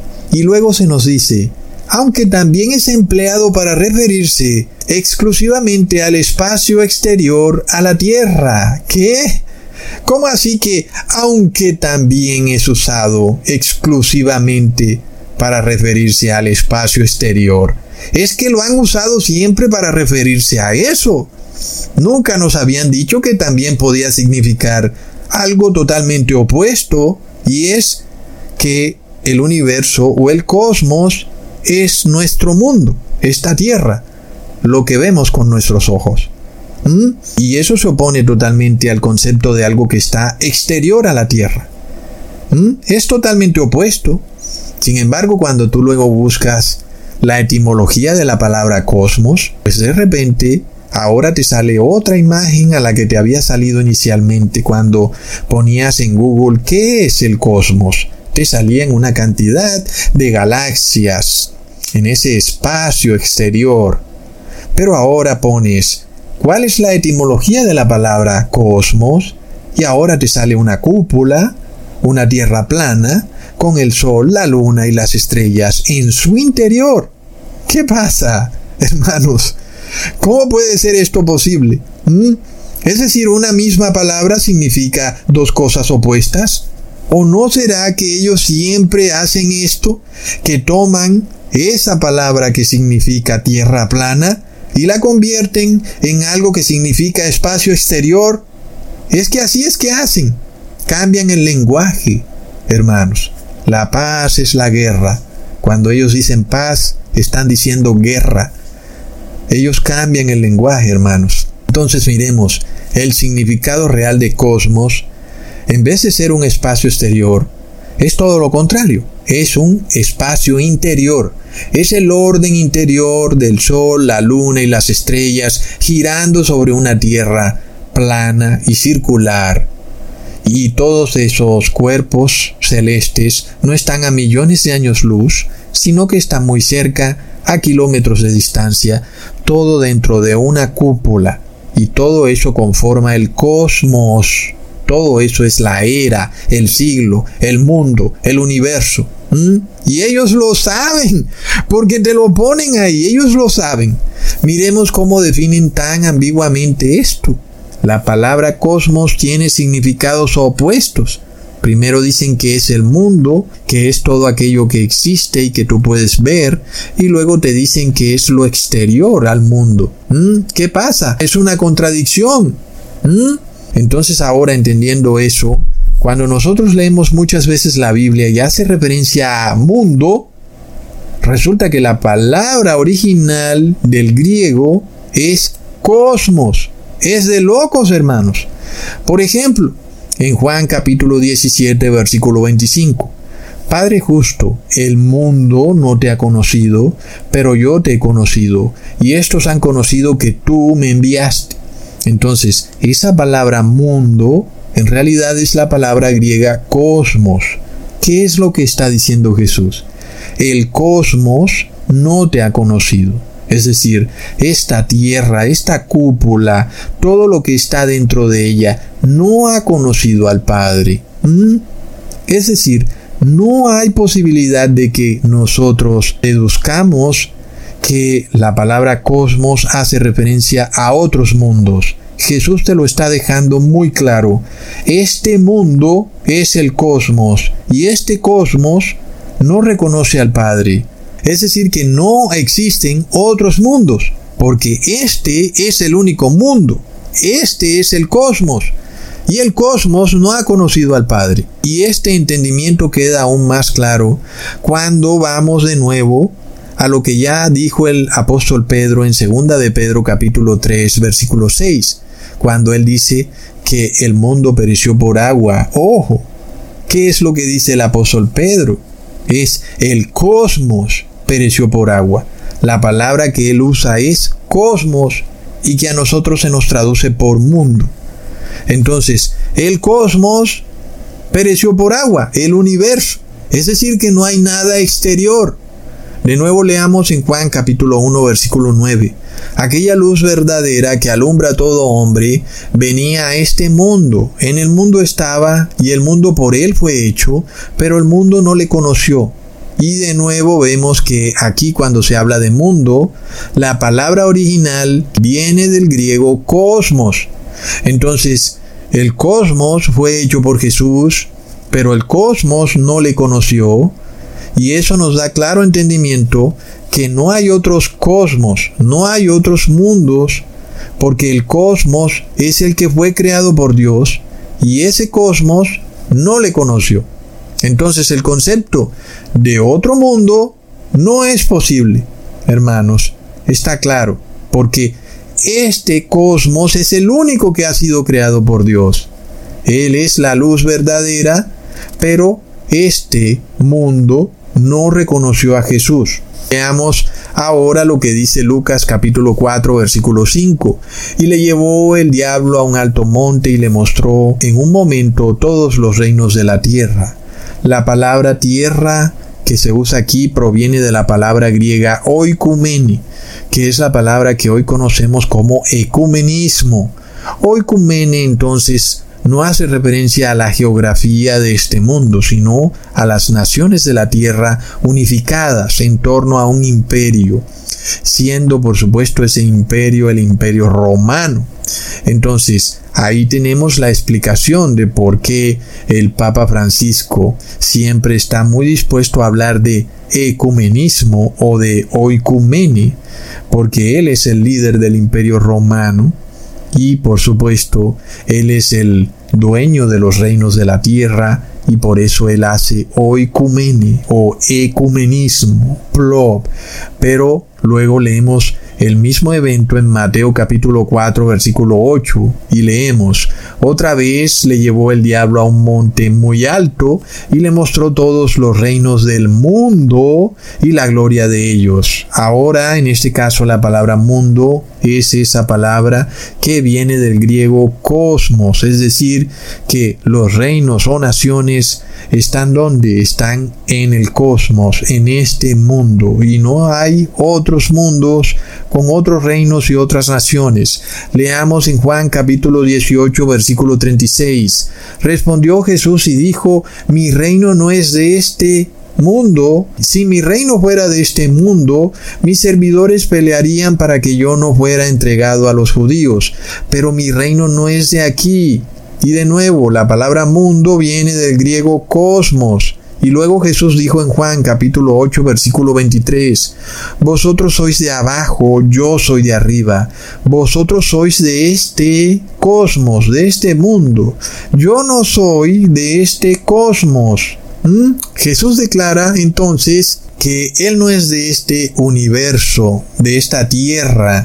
Y luego se nos dice, aunque también es empleado para referirse exclusivamente al espacio exterior a la Tierra. ¿Qué? ¿Cómo así que aunque también es usado exclusivamente para referirse al espacio exterior? Es que lo han usado siempre para referirse a eso. Nunca nos habían dicho que también podía significar algo totalmente opuesto, y es que el universo o el cosmos es nuestro mundo, esta tierra, lo que vemos con nuestros ojos. Y eso se opone totalmente al concepto de algo que está exterior a la tierra. Es totalmente opuesto. Sin embargo, cuando tú luego buscas la etimología de la palabra cosmos, pues de repente ahora te sale otra imagen a la que te había salido inicialmente cuando ponías en Google ¿qué es el cosmos? Te salían una cantidad de galaxias en ese espacio exterior. Pero ahora pones ¿cuál es la etimología de la palabra cosmos? Y ahora te sale una cúpula, una tierra plana, con el sol, la luna y las estrellas en su interior. ¿Qué pasa, hermanos? ¿Cómo puede ser esto posible? ¿Es decir, una misma palabra significa dos cosas opuestas? ¿O no será que ellos siempre hacen esto? Que toman esa palabra que significa tierra plana y la convierten en algo que significa espacio exterior. Es que así es que hacen. Cambian el lenguaje, hermanos. La paz es la guerra. Cuando ellos dicen paz, están diciendo guerra. Ellos cambian el lenguaje, hermanos. Entonces miremos, el significado real de cosmos, en vez de ser un espacio exterior, es todo lo contrario. Es un espacio interior. Es el orden interior del sol, la luna y las estrellas girando sobre una tierra plana y circular. Y todos esos cuerpos celestes no están a millones de años luz, sino que están muy cerca, a kilómetros de distancia, todo dentro de una cúpula. Y todo eso conforma el cosmos. Todo eso es la era, el siglo, el mundo, el universo. Y ellos lo saben, porque te lo ponen ahí, ellos lo saben. Miremos cómo definen tan ambiguamente esto. La palabra cosmos tiene significados opuestos. Primero dicen que es el mundo, que es todo aquello que existe y que tú puedes ver, y luego te dicen que es lo exterior al mundo. ¿Qué pasa? Es una contradicción. Entonces ahora, entendiendo eso, cuando nosotros leemos muchas veces la Biblia y hace referencia a mundo, resulta que la palabra original del griego es cosmos. Es de locos, hermanos. Por ejemplo, en Juan capítulo 17, versículo 25. Padre justo, el mundo no te ha conocido, pero yo te he conocido, y estos han conocido que tú me enviaste. Entonces, esa palabra mundo, en realidad es la palabra griega cosmos. ¿Qué es lo que está diciendo Jesús? El cosmos no te ha conocido. Es decir, esta tierra, esta cúpula, todo lo que está dentro de ella, no ha conocido al Padre. Es decir, no hay posibilidad de que nosotros deduzcamos que la palabra cosmos hace referencia a otros mundos. Jesús te lo está dejando muy claro. Este mundo es el cosmos, y este cosmos no reconoce al Padre. Es decir, que no existen otros mundos, porque este es el único mundo. Este es el cosmos. Y el cosmos no ha conocido al Padre. Y este entendimiento queda aún más claro cuando vamos de nuevo a lo que ya dijo el apóstol Pedro en 2 de Pedro capítulo 3, versículo 6, cuando él dice que el mundo pereció por agua. ¡Ojo! ¿Qué es lo que dice el apóstol Pedro? Es el cosmos pereció por agua. La palabra que él usa es cosmos, y que a nosotros se nos traduce por mundo. Entonces, el cosmos pereció por agua, el universo. Es decir, que no hay nada exterior. De nuevo leamos en Juan capítulo 1, versículo 9. Aquella luz verdadera que alumbra a todo hombre venía a este mundo. En el mundo estaba, y el mundo por él fue hecho, pero el mundo no le conoció. Y de nuevo vemos que aquí, cuando se habla de mundo, la palabra original viene del griego cosmos. Entonces, el cosmos fue hecho por Jesús, pero el cosmos no le conoció. Y eso nos da claro entendimiento que no hay otros cosmos, no hay otros mundos, porque el cosmos es el que fue creado por Dios, y ese cosmos no le conoció. Entonces el concepto de otro mundo no es posible, hermanos, está claro, porque este cosmos es el único que ha sido creado por Dios. Él es la luz verdadera, pero este mundo no reconoció a Jesús. Veamos ahora lo que dice Lucas capítulo 4, versículo 5. Y le llevó el diablo a un alto monte y le mostró en un momento todos los reinos de la tierra. La palabra tierra que se usa aquí proviene de la palabra griega oikumene, que es la palabra que hoy conocemos como ecumenismo. Oikumene entonces no hace referencia a la geografía de este mundo, sino a las naciones de la tierra unificadas en torno a un imperio, siendo por supuesto ese imperio el imperio romano. Entonces, ahí tenemos la explicación de por qué el Papa Francisco siempre está muy dispuesto a hablar de ecumenismo o de oikumene, porque él es el líder del imperio romano y por supuesto él es el dueño de los reinos de la tierra, y por eso él hace oikumene o ecumenismo, plop. Pero luego leemos el mismo evento en Mateo capítulo 4 versículo 8 y leemos: otra vez le llevó el diablo a un monte muy alto y le mostró todos los reinos del mundo y la gloria de ellos. Ahora, en este caso, la palabra mundo es esa palabra que viene del griego cosmos, es decir, que los reinos o naciones están donde están en el cosmos, en este mundo, y no hay otros mundos con otros reinos y otras naciones. Leamos en Juan capítulo 18 versículo 36. Respondió Jesús y dijo: mi reino no es de este mundo. Si mi reino fuera de este mundo, mis servidores pelearían para que yo no fuera entregado a los judíos, pero mi reino no es de aquí. Y de nuevo, la palabra mundo viene del griego cosmos. Y luego Jesús dijo en Juan capítulo 8 versículo 23: vosotros sois de abajo, yo soy de arriba. Vosotros sois de este cosmos, de este mundo. Yo no soy de este cosmos. Jesús declara entonces que Él no es de este universo, de esta tierra,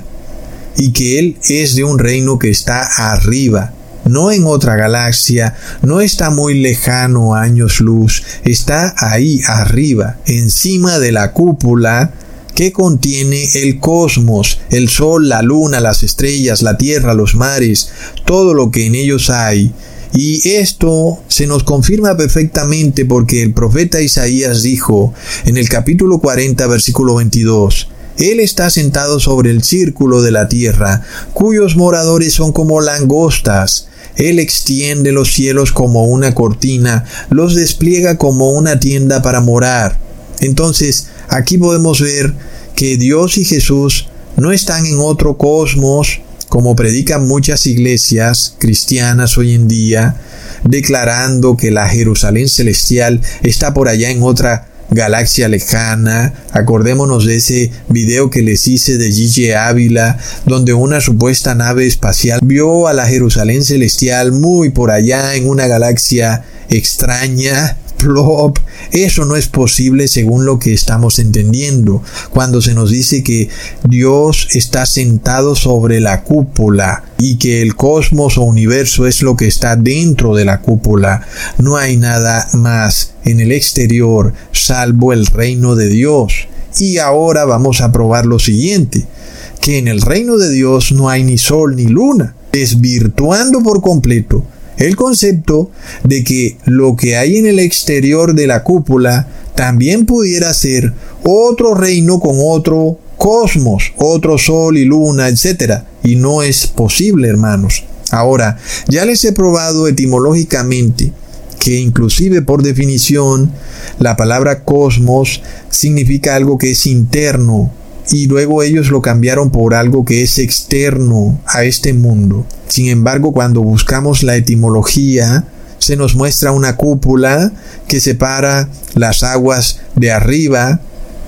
y que Él es de un reino que está arriba. No en otra galaxia, no está muy lejano a años luz, está ahí arriba, encima de la cúpula que contiene el cosmos, el sol, la luna, las estrellas, la tierra, los mares, todo lo que en ellos hay. Y esto se nos confirma perfectamente porque el profeta Isaías dijo en el capítulo 40, versículo 22: Él está sentado sobre el círculo de la tierra, cuyos moradores son como langostas. Él extiende los cielos como una cortina, los despliega como una tienda para morar. Entonces, aquí podemos ver que Dios y Jesús no están en otro cosmos, como predican muchas iglesias cristianas hoy en día, declarando que la Jerusalén celestial está por allá en otra galaxia lejana. Acordémonos de ese video que les hice de Gigi Ávila, donde una supuesta nave espacial vio a la Jerusalén celestial muy por allá en una galaxia extraña. Plop. Eso no es posible según lo que estamos entendiendo cuando se nos dice que Dios está sentado sobre la cúpula y que el cosmos o universo es lo que está dentro de la cúpula. No hay nada más en el exterior salvo el reino de Dios. Y ahora vamos a probar lo siguiente, que en el reino de Dios no hay ni sol ni luna, desvirtuando por completo el concepto de que lo que hay en el exterior de la cúpula también pudiera ser otro reino con otro cosmos, otro sol y luna, etc. Y no es posible, hermanos. Ahora, ya les he probado etimológicamente que inclusive por definición la palabra cosmos significa algo que es interno, y luego ellos lo cambiaron por algo que es externo a este mundo. Sin embargo, cuando buscamos la etimología, se nos muestra una cúpula que separa las aguas de arriba,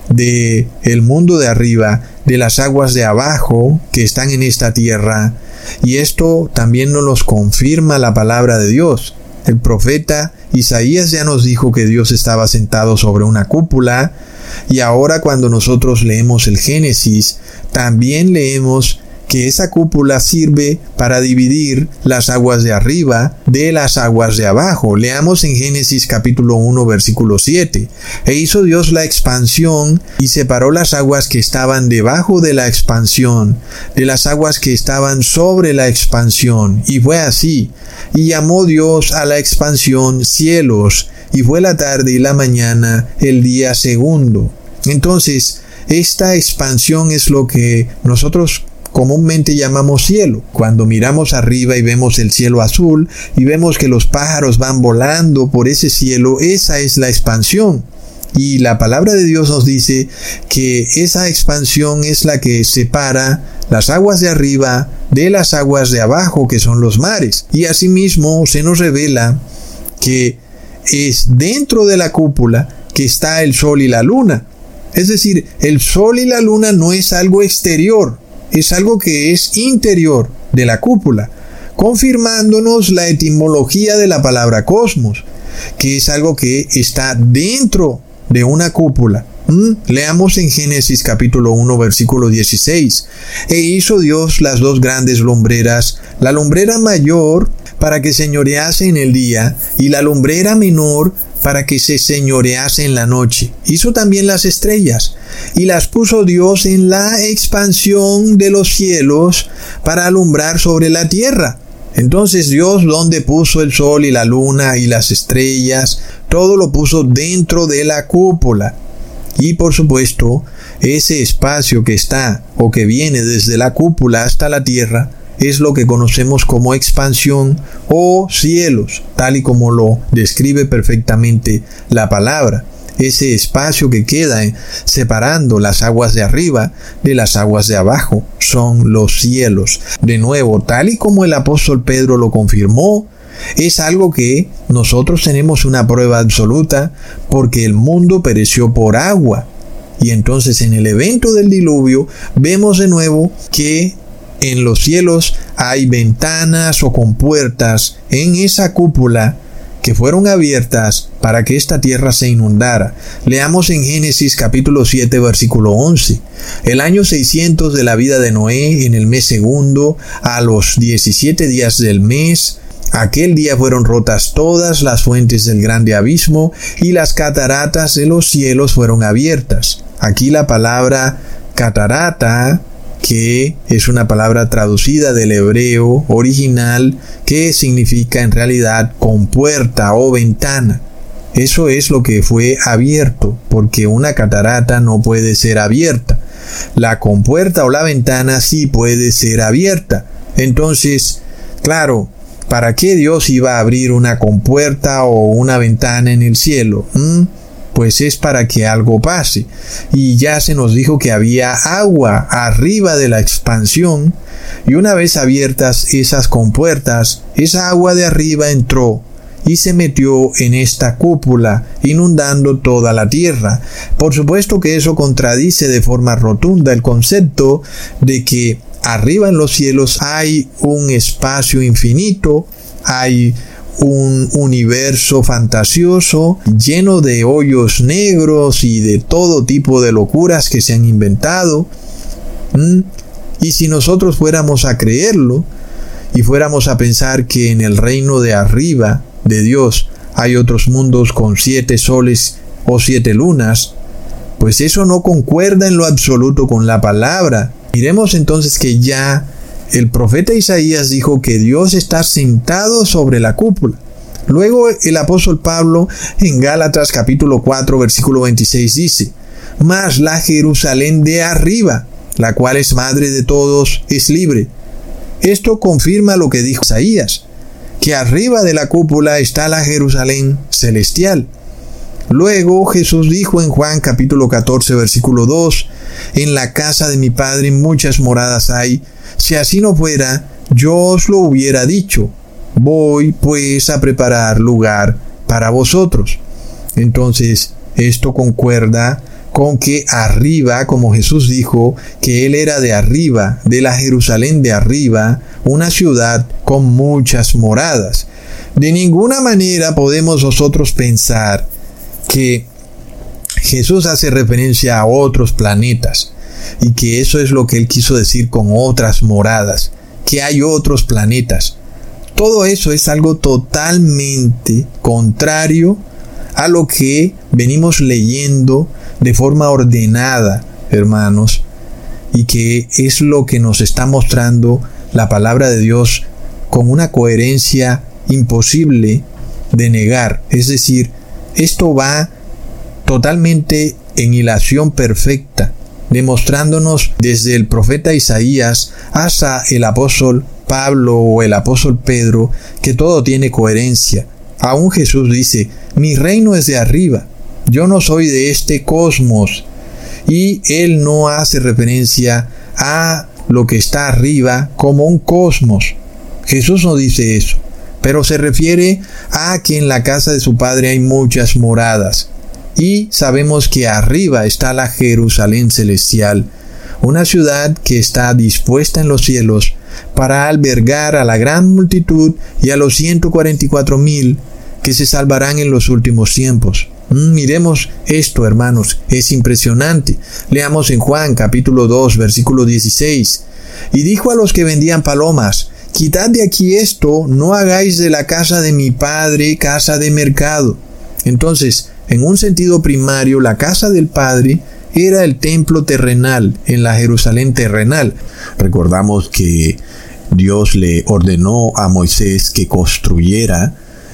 de el mundo de arriba, de las aguas de abajo que están en esta tierra. Y esto también nos lo confirma la palabra de Dios. El profeta Isaías ya nos dijo que Dios estaba sentado sobre una cúpula. Y ahora cuando nosotros leemos el Génesis, también leemos que esa cúpula sirve para dividir las aguas de arriba de las aguas de abajo. Leamos en Génesis capítulo 1 versículo 7. E hizo Dios la expansión y separó las aguas que estaban debajo de la expansión de las aguas que estaban sobre la expansión. Y fue así. Y llamó Dios a la expansión cielos. Y fue la tarde y la mañana el día segundo. Entonces, esta expansión es lo que nosotros comúnmente llamamos cielo. Cuando miramos arriba y vemos el cielo azul y vemos que los pájaros van volando por ese cielo, esa es la expansión. Y la palabra de Dios nos dice que esa expansión es la que separa las aguas de arriba de las aguas de abajo, que son los mares. Y asimismo se nos revela que es dentro de la cúpula que está el sol y la luna. Es decir, el sol y la luna no es algo exterior, es algo que es interior de la cúpula, confirmándonos la etimología de la palabra cosmos, que es algo que está dentro de una cúpula, Leamos en Génesis capítulo 1 versículo 16. E hizo Dios las dos grandes lumbreras, la lumbrera mayor para que señorease en el día, y la lumbrera menor para que se señorease en la noche. Hizo también las estrellas, y las puso Dios en la expansión de los cielos para alumbrar sobre la tierra. Entonces Dios, donde puso el sol y la luna y las estrellas, todo lo puso dentro de la cúpula. Y por supuesto, ese espacio que está o que viene desde la cúpula hasta la tierra es lo que conocemos como expansión o cielos, tal y como lo describe perfectamente la palabra. Ese espacio que queda separando las aguas de arriba de las aguas de abajo son los cielos. De nuevo, tal y como el apóstol Pedro lo confirmó, es algo que nosotros tenemos una prueba absoluta porque el mundo pereció por agua. Y entonces en el evento del diluvio vemos de nuevo que en los cielos hay ventanas o compuertas en esa cúpula que fueron abiertas para que esta tierra se inundara. Leamos en Génesis capítulo 7 versículo 11. El año 600 de la vida de Noé, en el mes segundo, a los 17 días del mes, aquel día fueron rotas todas las fuentes del grande abismo y las cataratas de los cielos fueron abiertas. Aquí la palabra catarata, que es una palabra traducida del hebreo original, que significa en realidad compuerta o ventana. Eso es lo que fue abierto, porque una catarata no puede ser abierta. La compuerta o la ventana sí puede ser abierta. Entonces, claro, ¿para qué Dios iba a abrir una compuerta o una ventana en el cielo? Pues es para que algo pase. Y ya se nos dijo que había agua arriba de la expansión, y una vez abiertas esas compuertas, esa agua de arriba entró y se metió en esta cúpula, inundando toda la tierra. Por supuesto que eso contradice de forma rotunda el concepto de que arriba en los cielos hay un espacio infinito, hay un universo fantasioso lleno de hoyos negros y de todo tipo de locuras que se han inventado. Y si nosotros fuéramos a creerlo y fuéramos a pensar que en el reino de arriba de Dios hay otros mundos con 7 soles o 7 lunas, pues eso no concuerda en lo absoluto con la palabra. Miremos entonces que ya el profeta Isaías dijo que Dios está sentado sobre la cúpula. Luego el apóstol Pablo en Gálatas capítulo 4 versículo 26 dice: mas la Jerusalén de arriba, la cual es madre de todos, es libre. Esto confirma lo que dijo Isaías, que arriba de la cúpula está la Jerusalén celestial. Luego Jesús dijo en Juan capítulo 14 versículo 2: en la casa de mi Padre muchas moradas hay. Si así no fuera, yo os lo hubiera dicho. Voy pues a preparar lugar para vosotros. Entonces, esto concuerda con que arriba, como Jesús dijo, que Él era de arriba, de la Jerusalén de arriba, una ciudad con muchas moradas. De ninguna manera podemos nosotros pensar que Jesús hace referencia a otros planetas y que eso es lo que Él quiso decir con otras moradas, que hay otros planetas. Todo eso es algo totalmente contrario a lo que venimos leyendo de forma ordenada, hermanos, y que es lo que nos está mostrando la palabra de Dios con una coherencia imposible de negar. Es decir, esto va totalmente en hilación perfecta, demostrándonos desde el profeta Isaías hasta el apóstol Pablo o el apóstol Pedro que todo tiene coherencia. Aún Jesús dice: mi reino es de arriba, yo no soy de este cosmos. Y Él no hace referencia a lo que está arriba como un cosmos. Jesús no dice eso, pero se refiere a que en la casa de su Padre hay muchas moradas. Y sabemos que arriba está la Jerusalén celestial, una ciudad que está dispuesta en los cielos para albergar a la gran multitud y a los 144,000 que se salvarán en los últimos tiempos. Miremos esto, hermanos, es impresionante. Leamos en Juan capítulo 2, versículo 16. Y dijo a los que vendían palomas: quitad de aquí esto, no hagáis de la casa de mi Padre casa de mercado. Entonces, en un sentido primario, la casa del Padre era el templo terrenal, en la Jerusalén terrenal. Recordamos que Dios le ordenó a Moisés que construyera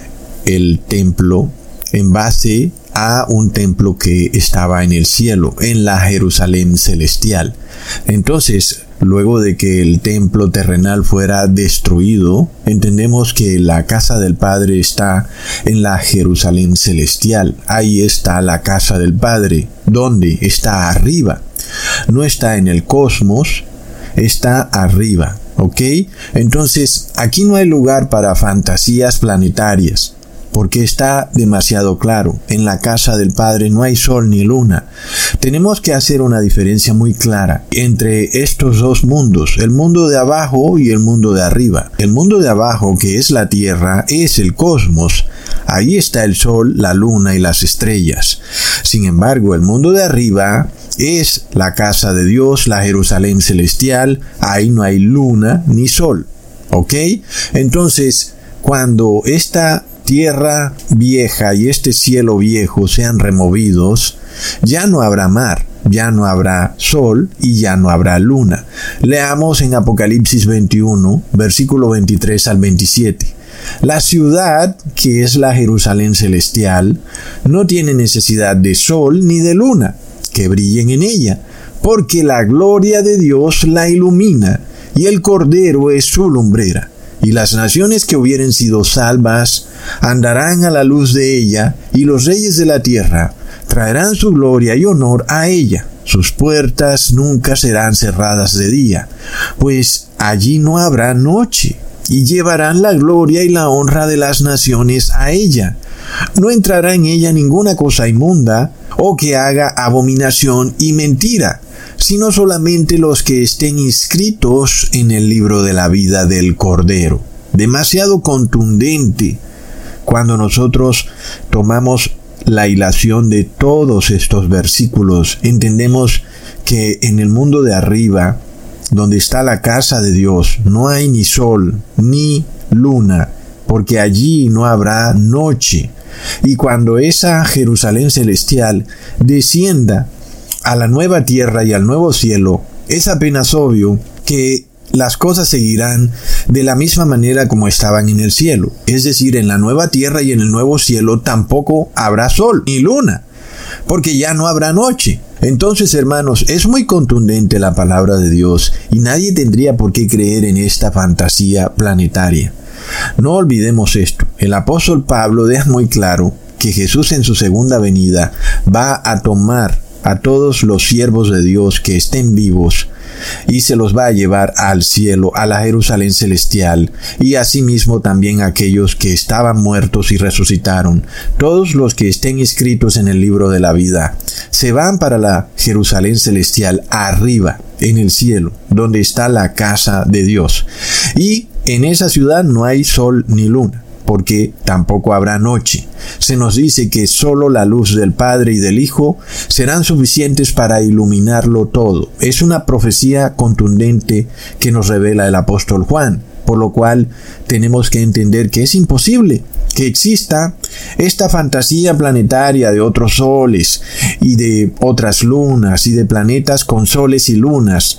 el templo en base a un templo que estaba en el cielo, en la Jerusalén celestial. Entonces, luego de que el templo terrenal fuera destruido, entendemos que la casa del Padre está en la Jerusalén celestial. Ahí está la casa del Padre. ¿Dónde? Está arriba. No está en el cosmos, está arriba. ¿Ok? Entonces, aquí no hay lugar para fantasías planetarias, porque está demasiado claro. En la casa del Padre no hay sol ni luna. Tenemos que hacer una diferencia muy clara entre estos dos mundos, el mundo de abajo y el mundo de arriba. El mundo de abajo, que es la tierra, es el cosmos. Ahí está el sol, la luna y las estrellas. Sin embargo, el mundo de arriba es la casa de Dios, la Jerusalén celestial. Ahí no hay luna ni sol. ¿Ok? Entonces, cuando esta tierra vieja y este cielo viejo sean removidos, ya no habrá mar, ya no habrá sol y ya no habrá luna. Leamos en Apocalipsis 21, versículo 23 al 27. La ciudad, que es la Jerusalén celestial, no tiene necesidad de sol ni de luna que brillen en ella, porque la gloria de Dios la ilumina, y el Cordero es su lumbrera. Y las naciones que hubieren sido salvas andarán a la luz de ella, y los reyes de la tierra traerán su gloria y honor a ella. Sus puertas nunca serán cerradas de día, pues allí no habrá noche, y llevarán la gloria y la honra de las naciones a ella. No entrará en ella ninguna cosa inmunda, o que haga abominación y mentira, sino solamente los que estén inscritos en el libro de la vida del Cordero. Demasiado contundente. Cuando nosotros tomamos la hilación de todos estos versículos, entendemos que en el mundo de arriba, donde está la casa de Dios, no hay ni sol ni luna, porque allí no habrá noche. Y cuando esa Jerusalén celestial descienda a la nueva tierra y al nuevo cielo, es apenas obvio que las cosas seguirán de la misma manera como estaban en el cielo. Es decir, en la nueva tierra y en el nuevo cielo tampoco habrá sol ni luna, porque ya no habrá noche. Entonces, hermanos, es muy contundente la palabra de Dios y nadie tendría por qué creer en esta fantasía planetaria. No olvidemos esto. El apóstol Pablo deja muy claro que Jesús en su segunda venida va a tomar a todos los siervos de Dios que estén vivos y se los va a llevar al cielo, a la Jerusalén celestial, y asimismo también a aquellos que estaban muertos y resucitaron. Todos los que estén inscritos en el libro de la vida se van para la Jerusalén celestial arriba, en el cielo, donde está la casa de Dios. Y en esa ciudad no hay sol ni luna, porque tampoco habrá noche. Se nos dice que solo la luz del Padre y del Hijo serán suficientes para iluminarlo todo. Es una profecía contundente que nos revela el apóstol Juan, por lo cual tenemos que entender que es imposible que exista esta fantasía planetaria de otros soles y de otras lunas y de planetas con soles y lunas.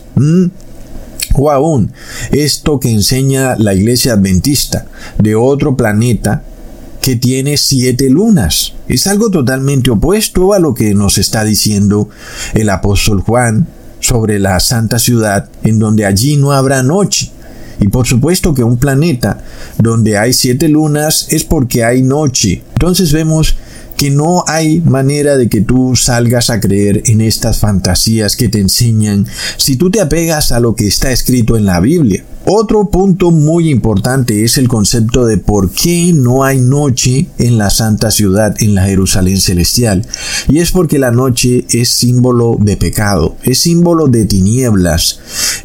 O aún, esto que enseña la iglesia adventista de otro planeta que tiene 7 lunas. Es algo totalmente opuesto a lo que nos está diciendo el apóstol Juan sobre la santa ciudad, en donde allí no habrá noche. Y por supuesto que un planeta donde hay 7 lunas es porque hay noche. Entonces vemos que no hay manera de que tú salgas a creer en estas fantasías que te enseñan si tú te apegas a lo que está escrito en la Biblia. Otro punto muy importante es el concepto de por qué no hay noche en la santa ciudad, en la Jerusalén celestial. Y es porque la noche es símbolo de pecado, es símbolo de tinieblas.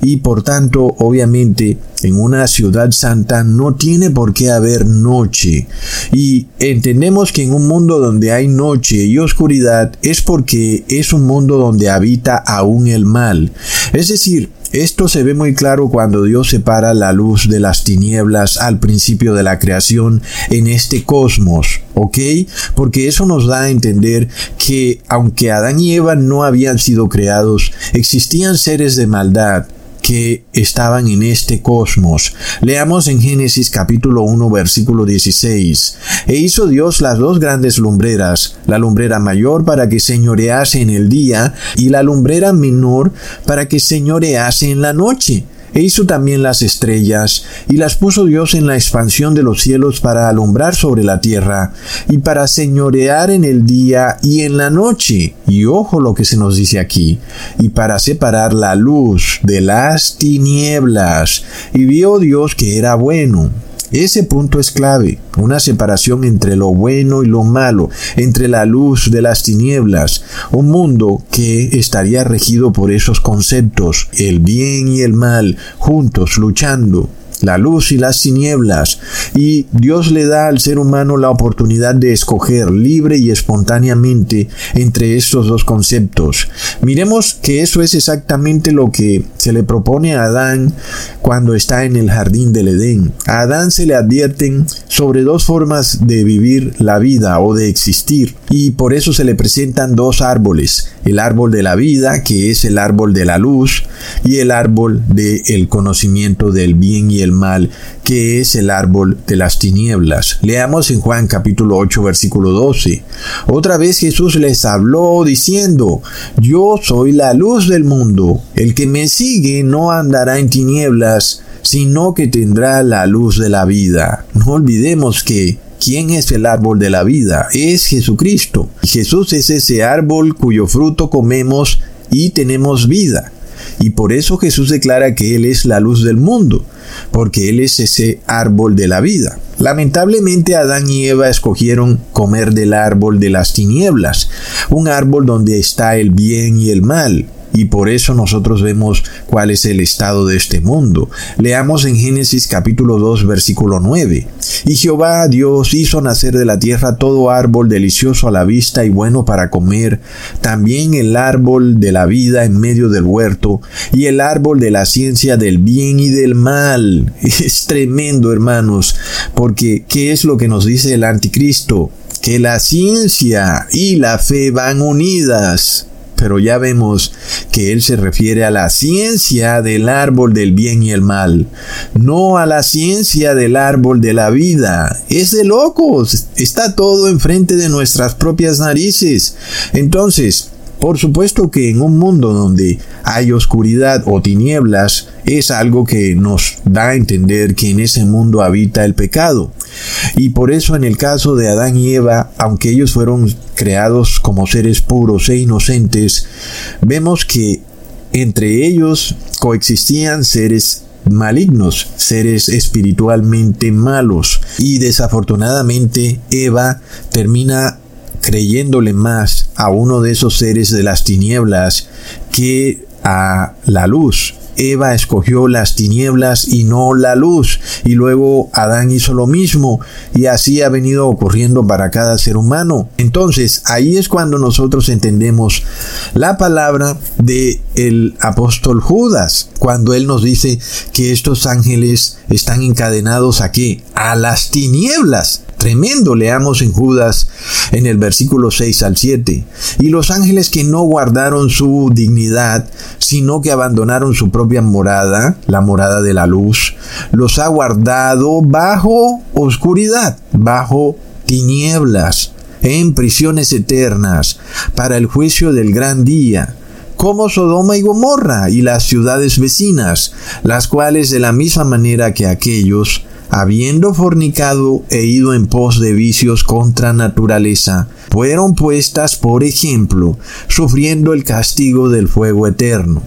y por tanto, obviamente, en una ciudad santa no tiene por qué haber noche. Y entendemos que en un mundo donde hay noche y oscuridad es porque es un mundo donde habita aún el mal. Es decir, esto se ve muy claro cuando Dios separa la luz de las tinieblas al principio de la creación en este cosmos, ¿ok? Porque eso nos da a entender que aunque Adán y Eva no habían sido creados, existían seres de maldad que estaban en este cosmos. Leamos en Génesis capítulo 1 versículo 16. E hizo Dios las dos grandes lumbreras, la lumbrera mayor para que señorease en el día y la lumbrera menor para que señorease en la noche. E hizo también las estrellas, y las puso Dios en la expansión de los cielos para alumbrar sobre la tierra, y para señorear en el día y en la noche. Y ojo lo que se nos dice aquí, y para separar la luz de las tinieblas. Y vio Dios que era bueno. Ese punto es clave, una separación entre lo bueno y lo malo, entre la luz de las tinieblas, un mundo que estaría regido por esos conceptos, el bien y el mal, juntos, luchando, la luz y las tinieblas, y Dios le da al ser humano la oportunidad de escoger libre y espontáneamente entre estos dos conceptos. Miremos que eso es exactamente lo que se le propone a Adán cuando está en el jardín del Edén. A Adán se le advierten sobre dos formas de vivir la vida o de existir, y por eso se le presentan dos árboles: el árbol de la vida, que es el árbol de la luz, y el árbol del conocimiento del bien y el mal, que es el árbol de las tinieblas. Leamos en Juan capítulo 8 versículo 12. Otra vez Jesús les habló diciendo: Yo soy la luz del mundo. El que me sigue no andará en tinieblas, sino que tendrá la luz de la vida. No olvidemos que ¿quién es el árbol de la vida? Es Jesucristo. Jesús es ese árbol cuyo fruto comemos y tenemos vida. Y por eso Jesús declara que Él es la luz del mundo, porque Él es ese árbol de la vida. Lamentablemente Adán y Eva escogieron comer del árbol de las tinieblas, un árbol donde está el bien y el mal. Y por eso nosotros vemos cuál es el estado de este mundo. Leamos en Génesis capítulo 2 versículo 9. Y Jehová Dios hizo nacer de la tierra todo árbol delicioso a la vista y bueno para comer, también el árbol de la vida en medio del huerto, y el árbol de la ciencia del bien y del mal. Es tremendo, hermanos, porque ¿qué es lo que nos dice el anticristo? Que la ciencia y la fe van unidas. Pero ya vemos que él se refiere a la ciencia del árbol del bien y el mal, no a la ciencia del árbol de la vida. Es de locos, está todo enfrente de nuestras propias narices. Entonces, por supuesto que en un mundo donde hay oscuridad o tinieblas, es algo que nos da a entender que en ese mundo habita el pecado. Y por eso en el caso de Adán y Eva, aunque ellos fueron creados como seres puros e inocentes, vemos que entre ellos coexistían seres malignos, seres espiritualmente malos. Y desafortunadamente Eva termina creyéndole más a uno de esos seres de las tinieblas que a la luz. Eva escogió las tinieblas y no la luz, y luego Adán hizo lo mismo, y así ha venido ocurriendo para cada ser humano. Entonces, ahí es cuando nosotros entendemos la palabra de el apóstol Judas, cuando él nos dice que estos ángeles están encadenados ¿a qué? A las tinieblas. Tremendo, leamos en Judas en el versículo 6 al 7. Y los ángeles que no guardaron su dignidad, sino que abandonaron su propia morada, la morada de la luz, los ha guardado bajo oscuridad, bajo tinieblas, en prisiones eternas, para el juicio del gran día, como Sodoma y Gomorra y las ciudades vecinas, las cuales de la misma manera que aquellos, habiendo fornicado e ido en pos de vicios contra naturaleza, fueron puestas por ejemplo, sufriendo el castigo del fuego eterno.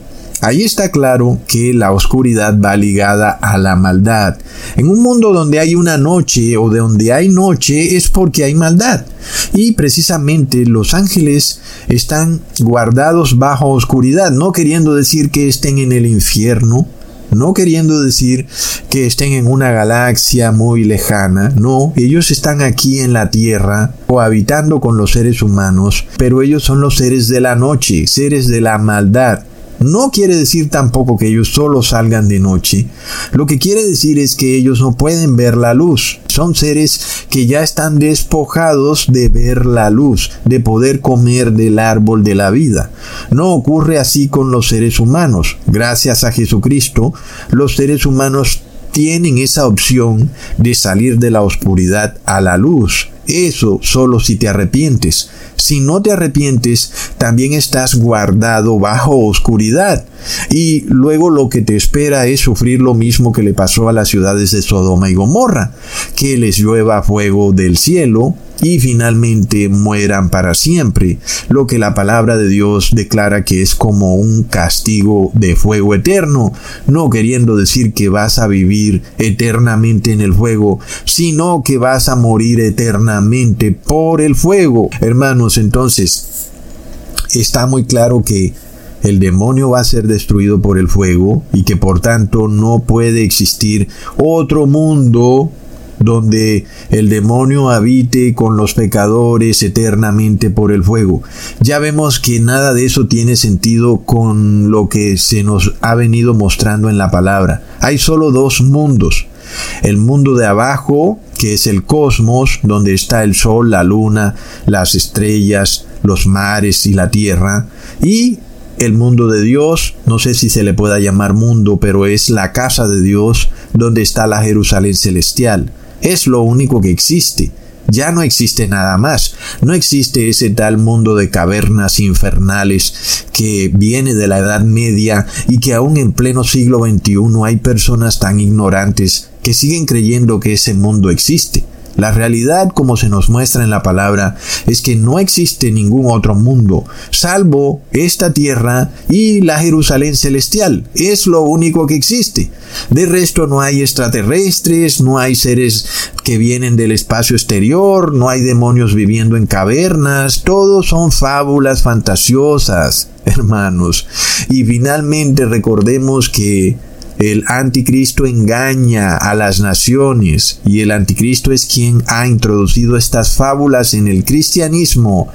Ahí está claro que la oscuridad va ligada a la maldad. En un mundo donde hay una noche o de donde hay noche es porque hay maldad. Y precisamente los ángeles están guardados bajo oscuridad, no queriendo decir que estén en el infierno, no queriendo decir que estén en una galaxia muy lejana. No, ellos están aquí en la tierra, cohabitando con los seres humanos, pero ellos son los seres de la noche, seres de la maldad. No quiere decir tampoco que ellos solo salgan de noche. Lo que quiere decir es que ellos no pueden ver la luz. Son seres que ya están despojados de ver la luz, de poder comer del árbol de la vida. No ocurre así con los seres humanos. Gracias a Jesucristo, los seres humanos tienen esa opción de salir de la oscuridad a la luz. Eso solo si te arrepientes. Si no te arrepientes, también estás guardado bajo oscuridad. Y luego lo que te espera es sufrir lo mismo que le pasó a las ciudades de Sodoma y Gomorra, que les llueva fuego del cielo y finalmente mueran para siempre, lo que la palabra de Dios declara que es como un castigo de fuego eterno, no queriendo decir que vas a vivir eternamente en el fuego, sino que vas a morir eternamente por el fuego. Hermanos, entonces, está muy claro que el demonio va a ser destruido por el fuego y que por tanto no puede existir otro mundo donde el demonio habite con los pecadores eternamente por el fuego. Ya vemos que nada de eso tiene sentido con lo que se nos ha venido mostrando en la palabra. Hay solo dos mundos. El mundo de abajo, que es el cosmos, donde está el sol, la luna, las estrellas, los mares y la tierra, y el mundo de Dios, no sé si se le pueda llamar mundo, pero es la casa de Dios, donde está la Jerusalén celestial. Es lo único que existe. Ya no existe nada más. No existe ese tal mundo de cavernas infernales que viene de la Edad Media y que aún en pleno siglo XXI hay personas tan ignorantes que siguen creyendo que ese mundo existe. La realidad, como se nos muestra en la palabra, es que no existe ningún otro mundo, salvo esta tierra y la Jerusalén celestial. Es lo único que existe. De resto no hay extraterrestres, no hay seres que vienen del espacio exterior, no hay demonios viviendo en cavernas. Todos son fábulas fantasiosas, hermanos. Y finalmente recordemos que el anticristo engaña a las naciones y el anticristo es quien ha introducido estas fábulas en el cristianismo.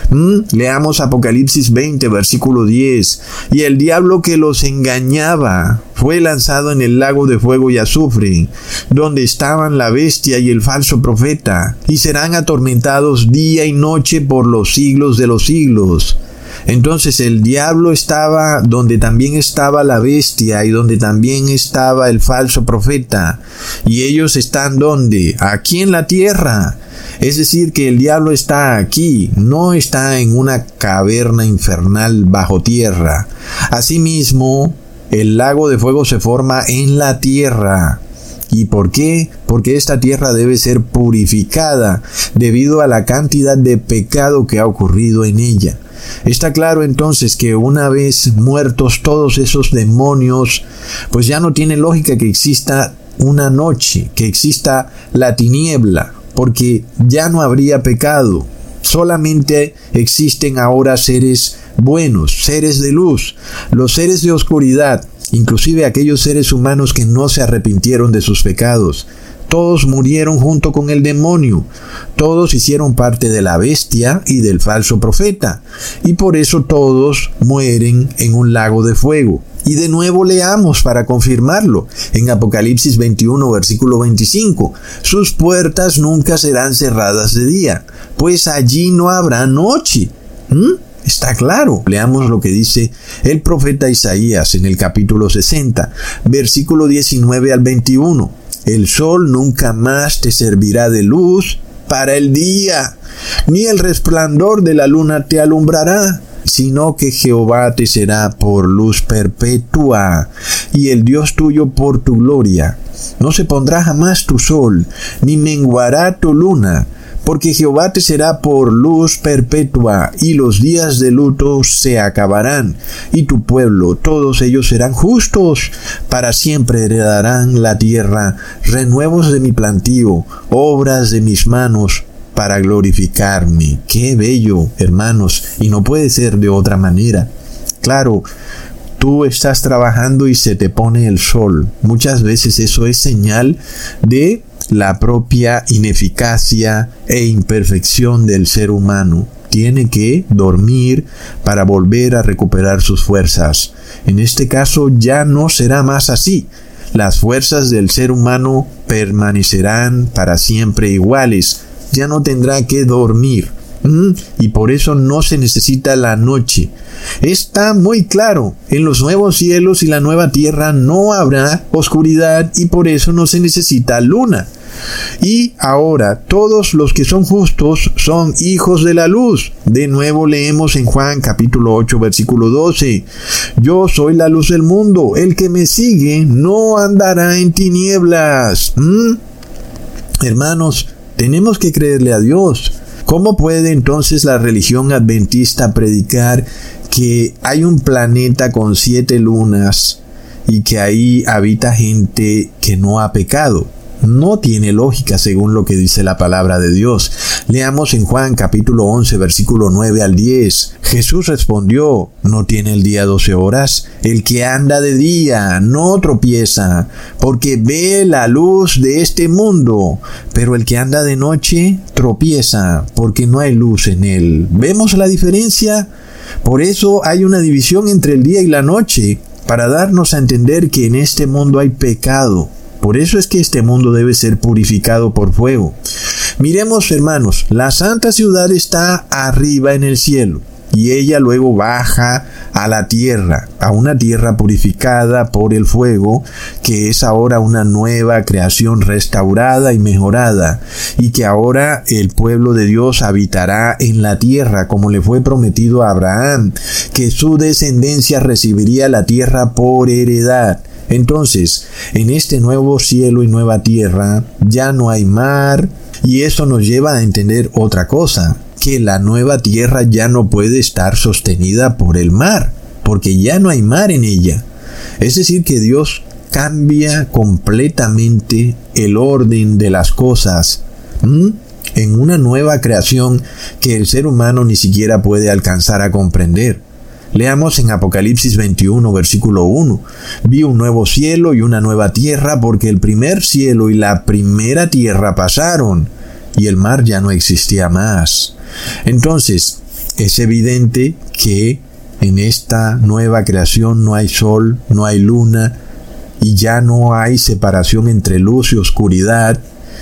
Leamos Apocalipsis 20, versículo 10. Y el diablo que los engañaba fue lanzado en el lago de fuego y azufre, donde estaban la bestia y el falso profeta, y serán atormentados día y noche por los siglos de los siglos. Entonces el diablo estaba donde también estaba la bestia y donde también estaba el falso profeta. Y ellos están ¿dónde? Aquí en la tierra. Es decir, que el diablo está aquí, no está en una caverna infernal bajo tierra. Asimismo, el lago de fuego se forma en la tierra. ¿Y por qué? Porque esta tierra debe ser purificada debido a la cantidad de pecado que ha ocurrido en ella. Está claro entonces que una vez muertos todos esos demonios, pues ya no tiene lógica que exista una noche, que exista la tiniebla, porque ya no habría pecado. Solamente existen ahora seres buenos, seres de luz. Los seres de oscuridad, inclusive aquellos seres humanos que no se arrepintieron de sus pecados, todos murieron junto con el demonio. Todos hicieron parte de la bestia y del falso profeta. Y por eso todos mueren en un lago de fuego. Y de nuevo leamos para confirmarlo. En Apocalipsis 21, versículo 25. Sus puertas nunca serán cerradas de día, pues allí no habrá noche. Está claro. Leamos lo que dice el profeta Isaías en el capítulo 60, versículo 19 al 21. El sol nunca más te servirá de luz para el día, ni el resplandor de la luna te alumbrará, sino que Jehová te será por luz perpetua, y el Dios tuyo por tu gloria. No se pondrá jamás tu sol, ni menguará tu luna, porque Jehová te será por luz perpetua, y los días de luto se acabarán, y tu pueblo, todos ellos serán justos, para siempre heredarán la tierra, renuevos de mi plantío, obras de mis manos, para glorificarme. ¡Qué bello, hermanos! Y no puede ser de otra manera. Claro, tú estás trabajando y se te pone el sol. Muchas veces eso es señal de la propia ineficacia e imperfección del ser humano. Tiene que dormir para volver a recuperar sus fuerzas. En este caso ya no será más así. Las fuerzas del ser humano permanecerán para siempre iguales. Ya no tendrá que dormir. Y por eso no se necesita la noche. Está muy claro, en los nuevos cielos y la nueva tierra no habrá oscuridad y por eso no se necesita luna. Y ahora todos los que son justos son hijos de la luz. De nuevo leemos en Juan capítulo 8 versículo 12. Yo soy la luz del mundo, el que me sigue no andará en tinieblas. Hermanos, tenemos que creerle a Dios. ¿Cómo puede entonces la religión adventista predicar que hay un planeta con 7 lunas y que ahí habita gente que no ha pecado? No tiene lógica según lo que dice la palabra de Dios. Leamos en Juan capítulo 11 versículo 9 al 10. Jesús respondió: ¿no tiene el día 12 horas? El que anda de día no tropieza, porque ve la luz de este mundo, pero el que anda de noche tropieza, porque no hay luz en él. ¿Vemos la diferencia? Por eso hay una división entre el día y la noche, para darnos a entender que en este mundo hay pecado. Por eso es que este mundo debe ser purificado por fuego. Miremos, hermanos, la santa ciudad está arriba en el cielo y ella luego baja a la tierra, a una tierra purificada por el fuego, que es ahora una nueva creación restaurada y mejorada, y que ahora el pueblo de Dios habitará en la tierra como le fue prometido a Abraham, que su descendencia recibiría la tierra por heredad. Entonces, en este nuevo cielo y nueva tierra ya no hay mar, y eso nos lleva a entender otra cosa, que la nueva tierra ya no puede estar sostenida por el mar, porque ya no hay mar en ella. Es decir, que Dios cambia completamente el orden de las cosas en una nueva creación que el ser humano ni siquiera puede alcanzar a comprender. Leamos en Apocalipsis 21, versículo 1. Vi un nuevo cielo y una nueva tierra, porque el primer cielo y la primera tierra pasaron, y el mar ya no existía más. Entonces, es evidente que en esta nueva creación no hay sol, no hay luna, y ya no hay separación entre luz y oscuridad,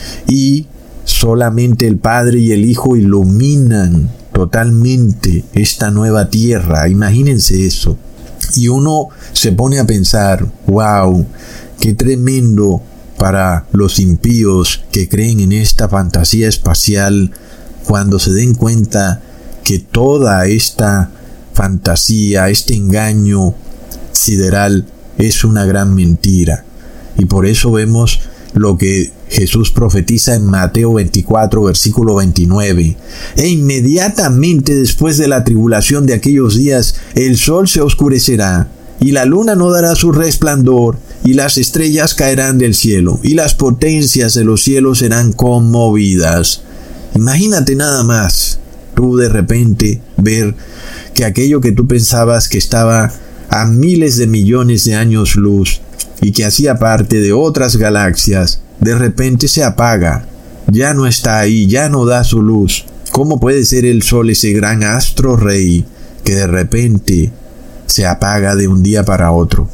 y solamente el Padre y el Hijo iluminan totalmente esta nueva tierra. Imagínense eso. Y uno se pone a pensar, wow, qué tremendo para los impíos que creen en esta fantasía espacial, cuando se den cuenta que toda esta fantasía, este engaño sideral es una gran mentira. Y por eso vemos lo que Jesús profetiza en Mateo 24, versículo 29. E inmediatamente después de la tribulación de aquellos días, el sol se oscurecerá, y la luna no dará su resplandor, y las estrellas caerán del cielo, y las potencias de los cielos serán conmovidas. Imagínate nada más, tú de repente ver que aquello que tú pensabas que estaba a miles de millones de años luz, y que hacía parte de otras galaxias, de repente se apaga, ya no está ahí, ya no da su luz. ¿Cómo puede ser el sol, ese gran astro rey, que de repente se apaga de un día para otro?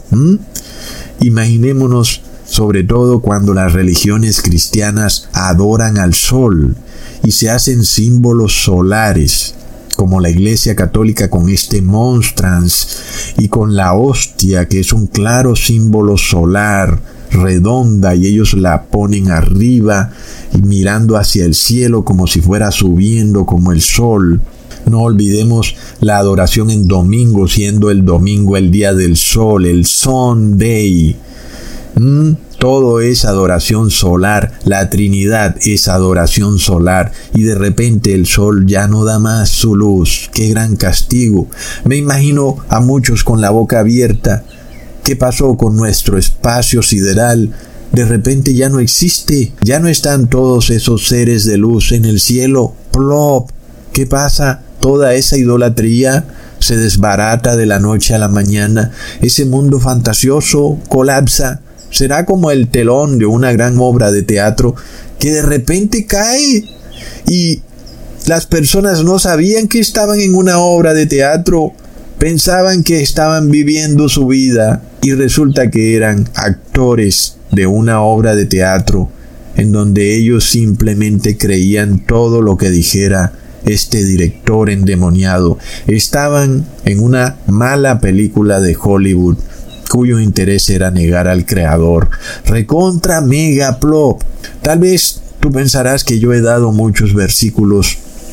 Imaginémonos, sobre todo cuando las religiones cristianas adoran al sol y se hacen símbolos solares, como la Iglesia Católica con este monstrans y con la hostia, que es un claro símbolo solar, redonda, y ellos la ponen arriba y mirando hacia el cielo como si fuera subiendo como el sol. No olvidemos la adoración en domingo, siendo el domingo el día del sol, el Sunday. Todo es adoración solar, la Trinidad es adoración solar, y de repente el sol ya no da más su luz. ¡Qué gran castigo! Me imagino a muchos con la boca abierta. ¿Qué pasó con nuestro espacio sideral? De repente ya no existe, ya no están todos esos seres de luz en el cielo. ¡Plop! ¿Qué pasa? Toda esa idolatría se desbarata de la noche a la mañana. Ese mundo fantasioso colapsa. Será como el telón de una gran obra de teatro que de repente cae y las personas no sabían que estaban en una obra de teatro, pensaban que estaban viviendo su vida y resulta que eran actores de una obra de teatro en donde ellos simplemente creían todo lo que dijera este director endemoniado. Estaban en una mala película de Hollywood cuyo interés era negar al creador. Recontra mega plop. Tal vez tú pensarás que yo he dado muchos versículos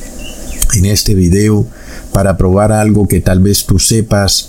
en este video para probar algo que tal vez tú sepas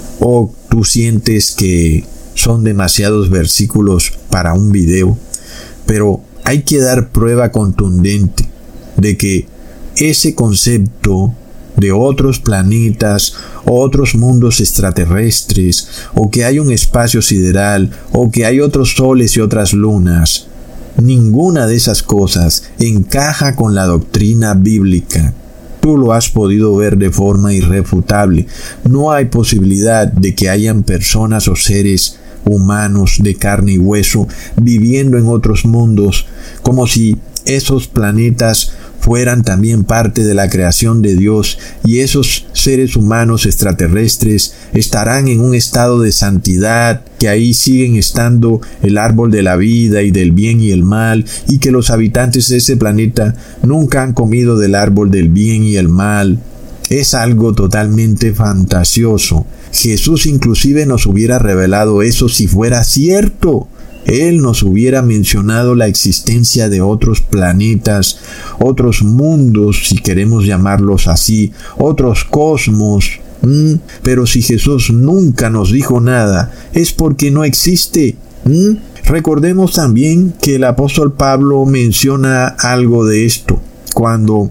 o tú sientes que son demasiados versículos para un video, pero hay que dar prueba contundente de que ese concepto de otros planetas, otros mundos extraterrestres, o que hay un espacio sideral, o que hay otros soles y otras lunas, ninguna de esas cosas encaja con la doctrina bíblica. Tú lo has podido ver de forma irrefutable. No hay posibilidad de que hayan personas o seres humanos de carne y hueso viviendo en otros mundos, como si esos planetas fueran también parte de la creación de Dios y esos seres humanos extraterrestres estarán en un estado de santidad, que ahí siguen estando el árbol de la vida y del bien y el mal, y que los habitantes de ese planeta nunca han comido del árbol del bien y el mal. Es algo totalmente fantasioso. Jesús inclusive nos hubiera revelado eso si fuera cierto. Él nos hubiera mencionado la existencia de otros planetas, otros mundos, si queremos llamarlos así, otros cosmos. Pero si Jesús nunca nos dijo nada, es porque no existe. Recordemos también que el apóstol Pablo menciona algo de esto. Cuando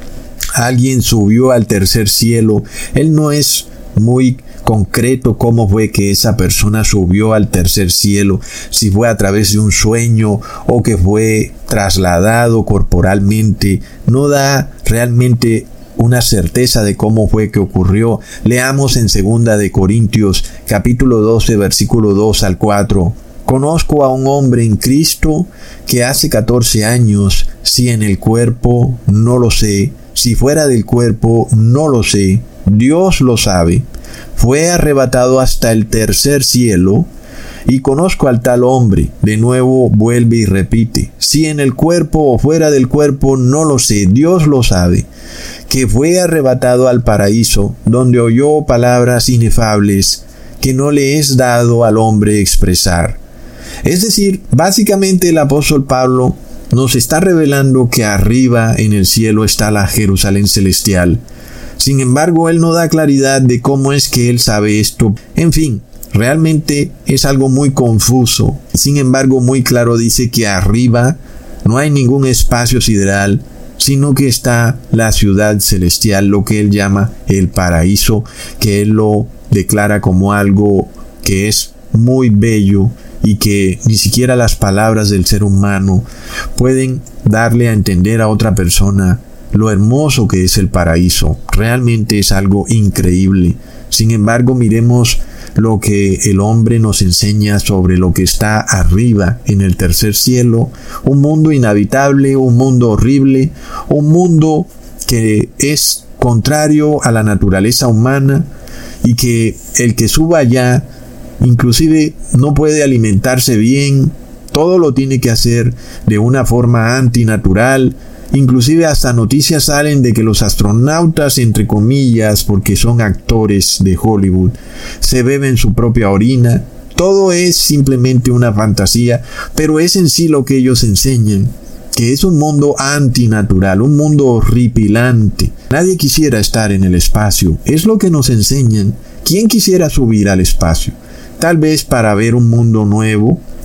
alguien subió al tercer cielo, él no es muy concreto cómo fue que esa persona subió al tercer cielo, si fue a través de un sueño o que fue trasladado corporalmente. No da realmente una certeza de cómo fue que ocurrió. Leamos en 2 de Corintios capítulo 12 versículo 2 al 4. Conozco a un hombre en Cristo que hace 14 años, si en el cuerpo, no lo sé, si fuera del cuerpo, no lo sé, Dios lo sabe, fue arrebatado hasta el tercer cielo, y conozco al tal hombre. De nuevo vuelve y repite, si en el cuerpo o fuera del cuerpo, no lo sé, Dios lo sabe, que fue arrebatado al paraíso, donde oyó palabras inefables que no le es dado al hombre expresar. Es decir, básicamente el apóstol Pablo nos está revelando que arriba en el cielo está la Jerusalén celestial. Sin embargo, él no da claridad de cómo es que él sabe esto. En fin, realmente es algo muy confuso. Sin embargo, muy claro dice que arriba no hay ningún espacio sideral, sino que está la ciudad celestial, lo que él llama el paraíso, que él lo declara como algo que es muy bello y que ni siquiera las palabras del ser humano pueden darle a entender a otra persona lo hermoso que es el paraíso. Realmente es algo increíble. Sin embargo, miremos lo que el hombre nos enseña sobre lo que está arriba en el tercer cielo. Un mundo inhabitable, un mundo horrible, un mundo que es contrario a la naturaleza humana y que el que suba allá inclusive no puede alimentarse bien, todo lo tiene que hacer de una forma antinatural. Inclusive hasta noticias salen de que los astronautas, entre comillas, porque son actores de Hollywood, se beben su propia orina. Todo es simplemente una fantasía, pero es en sí lo que ellos enseñan, que es un mundo antinatural, un mundo horripilante. Nadie quisiera estar en el espacio, es lo que nos enseñan. ¿Quién quisiera subir al espacio? Tal vez para ver un mundo nuevo,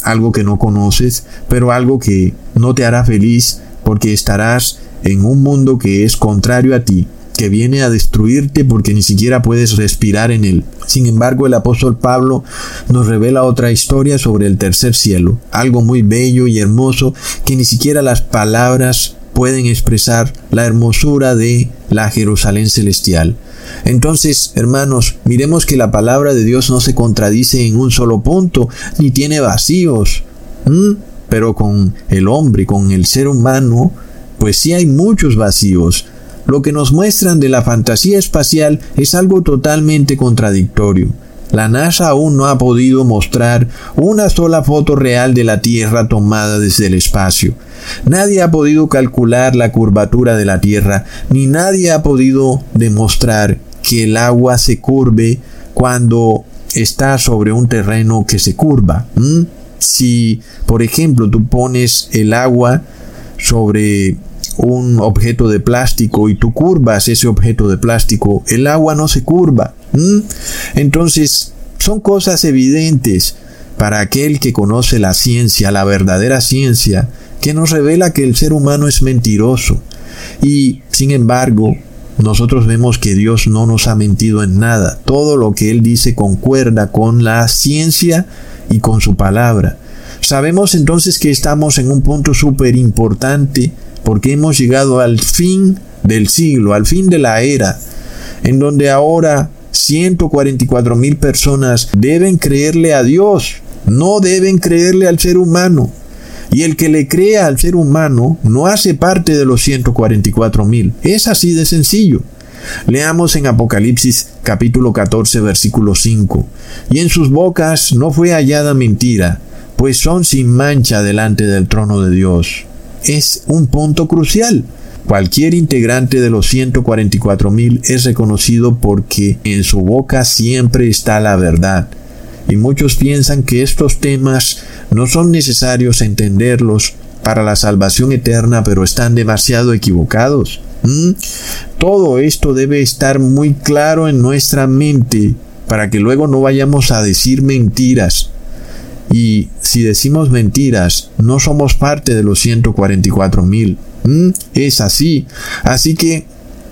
algo que no conoces, pero algo que no te hará feliz porque estarás en un mundo que es contrario a ti, que viene a destruirte porque ni siquiera puedes respirar en él. Sin embargo, el apóstol Pablo nos revela otra historia sobre el tercer cielo, algo muy bello y hermoso que ni siquiera las palabras pueden expresar la hermosura de la Jerusalén celestial. Entonces, hermanos, miremos que la palabra de Dios no se contradice en un solo punto, ni tiene vacíos. Pero con el hombre, con el ser humano, pues sí hay muchos vacíos. Lo que nos muestran de la fantasía espacial es algo totalmente contradictorio. La NASA aún no ha podido mostrar una sola foto real de la Tierra tomada desde el espacio. Nadie ha podido calcular la curvatura de la Tierra, ni nadie ha podido demostrar que el agua se curve cuando está sobre un terreno que se curva. Si, por ejemplo, tú pones el agua sobre un objeto de plástico y tú curvas ese objeto de plástico, el agua no se curva. Entonces, son cosas evidentes para aquel que conoce la ciencia, la verdadera ciencia, que nos revela que el ser humano es mentiroso. Y, sin embargo, nosotros vemos que Dios no nos ha mentido en nada. Todo lo que Él dice concuerda con la ciencia y con su palabra. Sabemos entonces que estamos en un punto súper importante porque hemos llegado al fin del siglo, al fin de la era, en donde ahora 144,000 personas deben creerle a Dios, no deben creerle al ser humano. Y el que le crea al ser humano no hace parte de los 144,000. Es así de sencillo. Leamos en Apocalipsis capítulo 14 versículo 5. Y en sus bocas no fue hallada mentira, pues son sin mancha delante del trono de Dios. Es un punto crucial. Cualquier integrante de los 144,000 es reconocido porque en su boca siempre está la verdad. Y muchos piensan que estos temas no son necesarios entenderlos para la salvación eterna, pero están demasiado equivocados. Todo esto debe estar muy claro en nuestra mente para que luego no vayamos a decir mentiras. Y si decimos mentiras, no somos parte de los 144,000. Es así. Así que,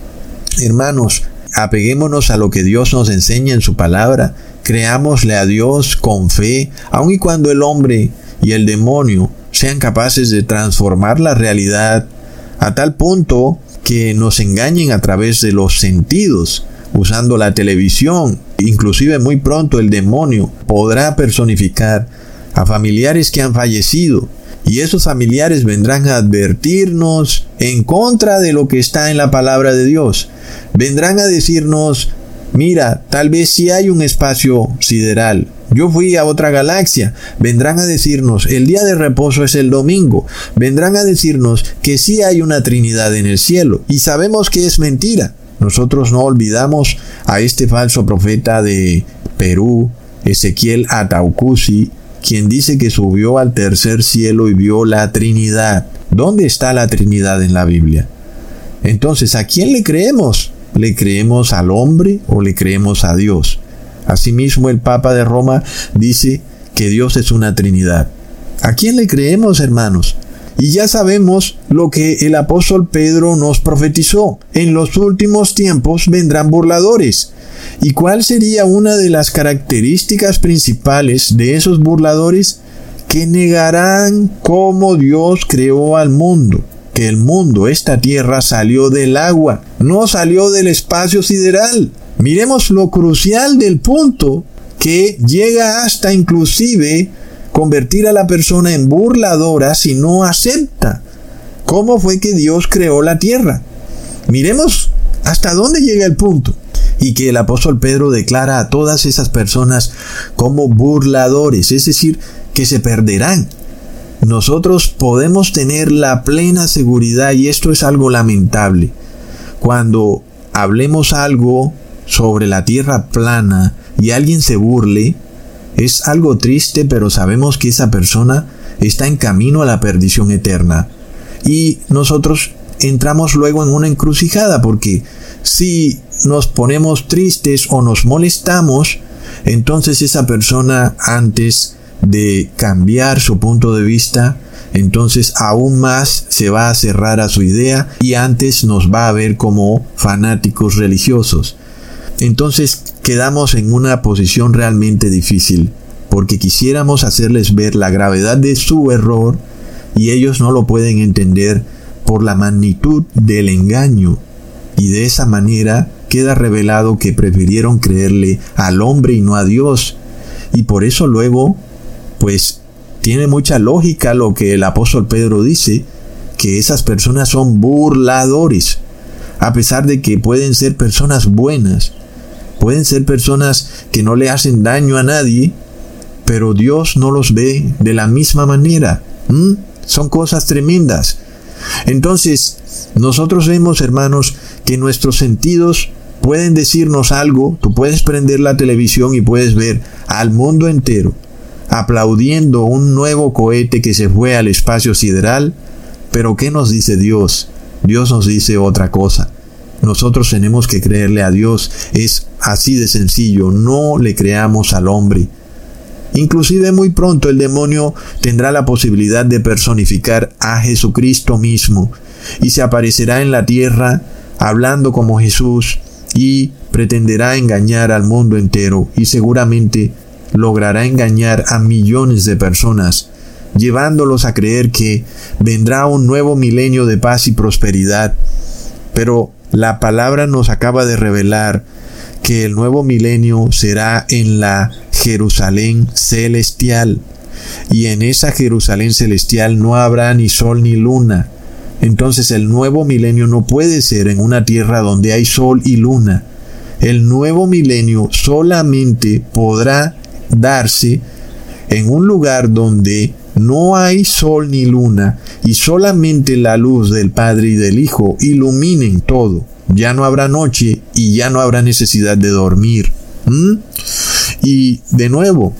hermanos, apeguémonos a lo que Dios nos enseña en su palabra. Creámosle a Dios con fe, aun y cuando el hombre y el demonio sean capaces de transformar la realidad a tal punto que nos engañen a través de los sentidos, usando la televisión. Inclusive muy pronto el demonio podrá personificar a familiares que han fallecido, y esos familiares vendrán a advertirnos en contra de lo que está en la palabra de Dios. Vendrán a decirnos: mira, tal vez sí hay un espacio sideral. Yo fui a otra galaxia. Vendrán a decirnos: el día de reposo es el domingo. Vendrán a decirnos que sí hay una Trinidad en el cielo. Y sabemos que es mentira. Nosotros no olvidamos a este falso profeta de Perú, Ezequiel Ataucusi, quien dice que subió al tercer cielo y vio la Trinidad. ¿Dónde está la Trinidad en la Biblia? Entonces, ¿a quién le creemos? ¿Le creemos al hombre o le creemos a Dios? Asimismo, el Papa de Roma dice que Dios es una Trinidad. ¿A quién le creemos, hermanos? Y ya sabemos lo que el apóstol Pedro nos profetizó. En los últimos tiempos vendrán burladores. ¿Y cuál sería una de las características principales de esos burladores? Que negarán cómo Dios creó al mundo. Que el mundo, esta tierra, salió del agua, no salió del espacio sideral. Miremos lo crucial del punto, que llega hasta inclusive convertir a la persona en burladora si no acepta cómo fue que Dios creó la tierra. Miremos hasta dónde llega el punto. Y que el apóstol Pedro declara a todas esas personas como burladores, es decir, que se perderán. Nosotros podemos tener la plena seguridad, y esto es algo lamentable, cuando hablemos algo sobre la tierra plana y alguien se burle, es algo triste, pero sabemos que esa persona está en camino a la perdición eterna. Y nosotros entramos luego en una encrucijada, porque si nos ponemos tristes o nos molestamos, entonces esa persona antes de cambiar su punto de vista, entonces aún más se va a cerrar a su idea y antes nos va a ver como fanáticos religiosos. Entonces quedamos en una posición realmente difícil, porque quisiéramos hacerles ver la gravedad de su error y ellos no lo pueden entender por la magnitud del engaño. Y de esa manera queda revelado que prefirieron creerle al hombre y no a Dios. Y por eso luego, pues, tiene mucha lógica lo que el apóstol Pedro dice, que esas personas son burladores, a pesar de que pueden ser personas buenas, pueden ser personas que no le hacen daño a nadie, pero Dios no los ve de la misma manera. Son cosas tremendas. Entonces, nosotros vemos, hermanos, que nuestros sentidos pueden decirnos algo. Tú puedes prender la televisión y puedes ver al mundo entero aplaudiendo un nuevo cohete que se fue al espacio sideral. Pero ¿qué nos dice Dios? Dios nos dice otra cosa. Nosotros tenemos que creerle a Dios. Es así de sencillo. No le creamos al hombre. Inclusive muy pronto el demonio tendrá la posibilidad de personificar a Jesucristo mismo y se aparecerá en la tierra hablando como Jesús y pretenderá engañar al mundo entero y seguramente logrará engañar a millones de personas, llevándolos a creer que vendrá un nuevo milenio de paz y prosperidad. Pero la palabra nos acaba de revelar que el nuevo milenio será en la Jerusalén celestial, y en esa Jerusalén celestial no habrá ni sol ni luna. Entonces el nuevo milenio no puede ser en una tierra donde hay sol y luna. El nuevo milenio solamente podrá darse en un lugar donde no hay sol ni luna y solamente la luz del Padre y del Hijo iluminen todo. Ya no habrá noche y ya no habrá necesidad de dormir. Y de nuevo,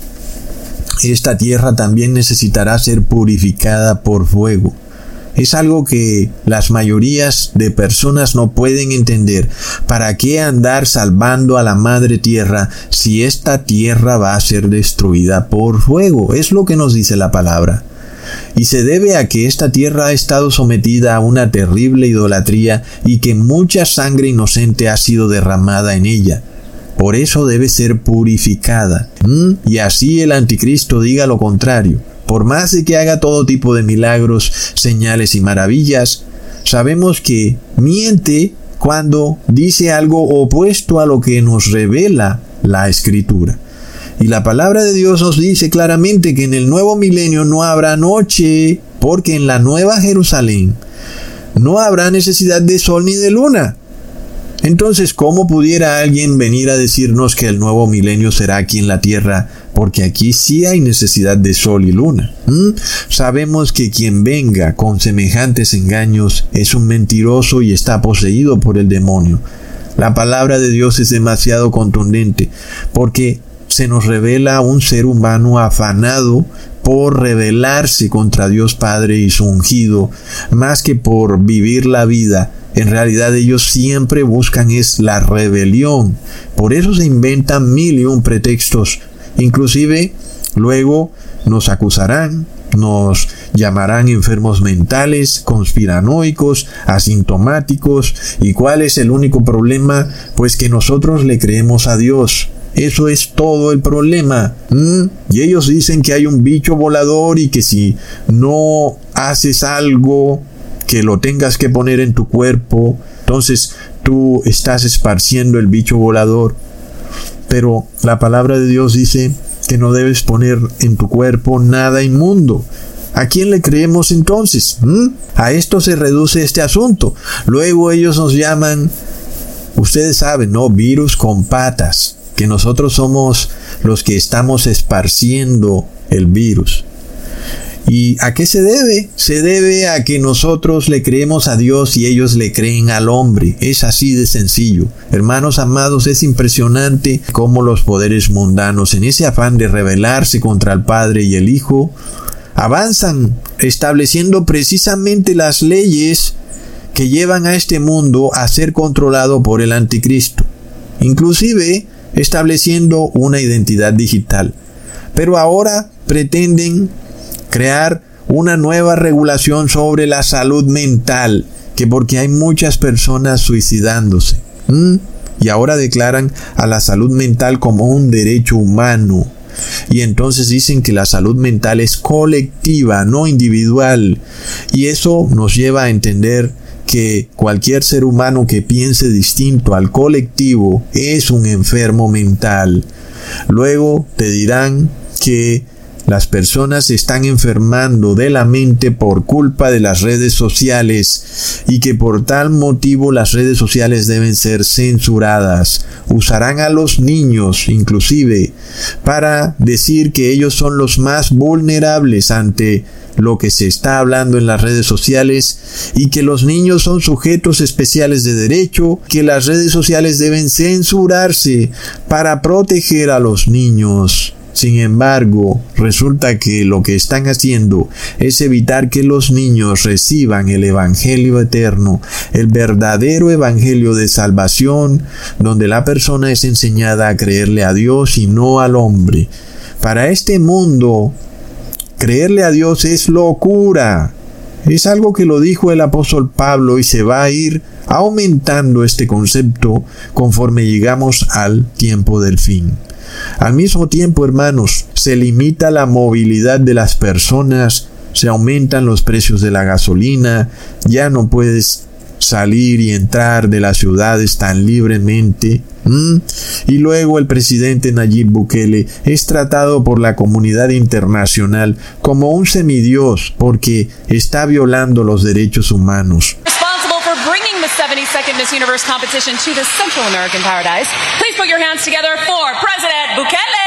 esta tierra también necesitará ser purificada por fuego. Es algo que las mayorías de personas no pueden entender. ¿Para qué andar salvando a la madre tierra si esta tierra va a ser destruida por fuego? Es lo que nos dice la palabra. Y se debe a que esta tierra ha estado sometida a una terrible idolatría y que mucha sangre inocente ha sido derramada en ella. Por eso debe ser purificada. Y así el anticristo diga lo contrario. Por más de que haga todo tipo de milagros, señales y maravillas, sabemos que miente cuando dice algo opuesto a lo que nos revela la Escritura. Y la palabra de Dios nos dice claramente que en el nuevo milenio no habrá noche, porque en la nueva Jerusalén no habrá necesidad de sol ni de luna. Entonces, ¿cómo pudiera alguien venir a decirnos que el nuevo milenio será aquí en la tierra? Porque aquí sí hay necesidad de sol y luna. Sabemos que quien venga con semejantes engaños es un mentiroso y está poseído por el demonio. La palabra de Dios es demasiado contundente, porque se nos revela un ser humano afanado por rebelarse contra Dios Padre y su ungido, más que por vivir la vida. En realidad ellos siempre buscan es la rebelión. Por eso se inventan 1001 pretextos. Inclusive luego nos acusarán, nos llamarán enfermos mentales, conspiranoicos, asintomáticos. ¿Y cuál es el único problema? Pues que nosotros le creemos a Dios. Eso es todo el problema. Y ellos dicen que hay un bicho volador y que si no haces algo que lo tengas que poner en tu cuerpo, entonces tú estás esparciendo el bicho volador. Pero la palabra de Dios dice que no debes poner en tu cuerpo nada inmundo. ¿A quién le creemos entonces? A esto se reduce este asunto. Luego ellos nos llaman, ustedes saben, ¿no? Virus con patas, que nosotros somos los que estamos esparciendo el virus. ¿Y a qué se debe? Se debe a que nosotros le creemos a Dios y ellos le creen al hombre. Es así de sencillo. Hermanos amados, es impresionante cómo los poderes mundanos, en ese afán de rebelarse contra el Padre y el Hijo, avanzan estableciendo precisamente las leyes que llevan a este mundo a ser controlado por el anticristo. Inclusive estableciendo una identidad digital. Pero ahora pretenden crear una nueva regulación sobre la salud mental, que porque hay muchas personas suicidándose. Y ahora declaran a la salud mental como un derecho humano. Y entonces dicen que la salud mental es colectiva, no individual. Y eso nos lleva a entender que cualquier ser humano que piense distinto al colectivo es un enfermo mental. Luego te dirán que las personas se están enfermando de la mente por culpa de las redes sociales y que por tal motivo las redes sociales deben ser censuradas. Usarán a los niños inclusive para decir que ellos son los más vulnerables ante lo que se está hablando en las redes sociales y que los niños son sujetos especiales de derecho, que las redes sociales deben censurarse para proteger a los niños. Sin embargo, resulta que lo que están haciendo es evitar que los niños reciban el Evangelio eterno, el verdadero Evangelio de salvación, donde la persona es enseñada a creerle a Dios y no al hombre. Para este mundo, creerle a Dios es locura. Es algo que lo dijo el apóstol Pablo y se va a ir aumentando este concepto conforme llegamos al tiempo del fin. Al mismo tiempo, hermanos, se limita la movilidad de las personas, se aumentan los precios de la gasolina, ya no puedes salir y entrar de las ciudades tan libremente. Y luego el presidente Nayib Bukele es tratado por la comunidad internacional como un semidios porque está violando los derechos humanos. 72nd Miss Universe competition to the Central American Paradise. Please put your hands together for President Bukele!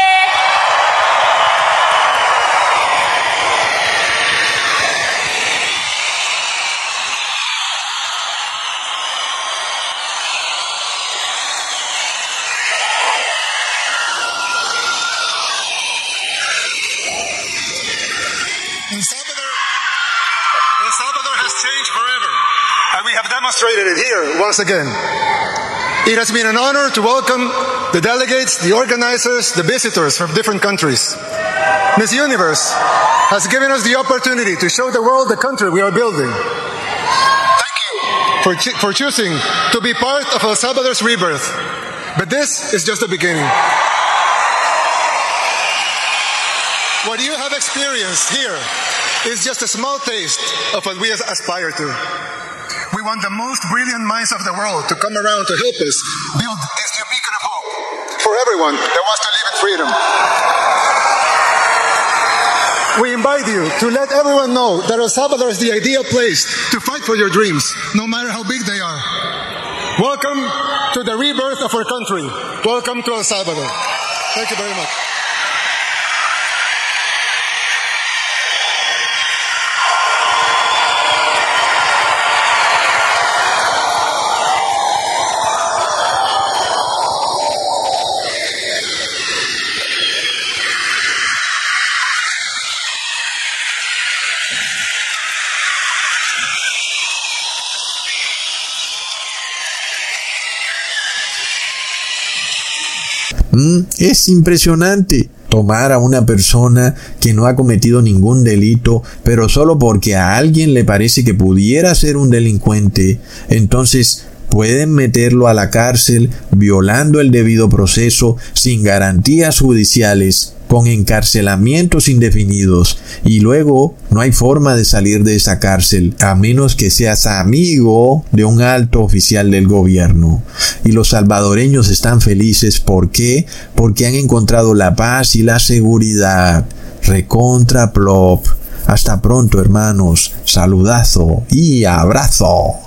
El Salvador has changed forever. And we have demonstrated it here once again. It has been an honor to welcome the delegates, the organizers, the visitors from different countries. Miss Universe has given us the opportunity to show the world the country we are building. Thank you for choosing to be part of El Salvador's rebirth. But this is just the beginning. What you have experienced here is just a small taste of what we aspire to. We want the most brilliant minds of the world to come around to help us build this new beacon of hope for everyone that wants to live in freedom. We invite you to let everyone know that El Salvador is the ideal place to fight for your dreams, no matter how big they are. Welcome to the rebirth of our country. Welcome to El Salvador. Thank you very much. Es impresionante tomar a una persona que no ha cometido ningún delito, pero solo porque a alguien le parece que pudiera ser un delincuente, entonces pueden meterlo a la cárcel violando el debido proceso, sin garantías judiciales, con encarcelamientos indefinidos, y luego no hay forma de salir de esa cárcel a menos que seas amigo de un alto oficial del gobierno. Y los salvadoreños están felices. ¿Por qué? Porque han encontrado la paz y la seguridad. Recontra plop. Hasta pronto, hermanos. Saludazo y abrazo.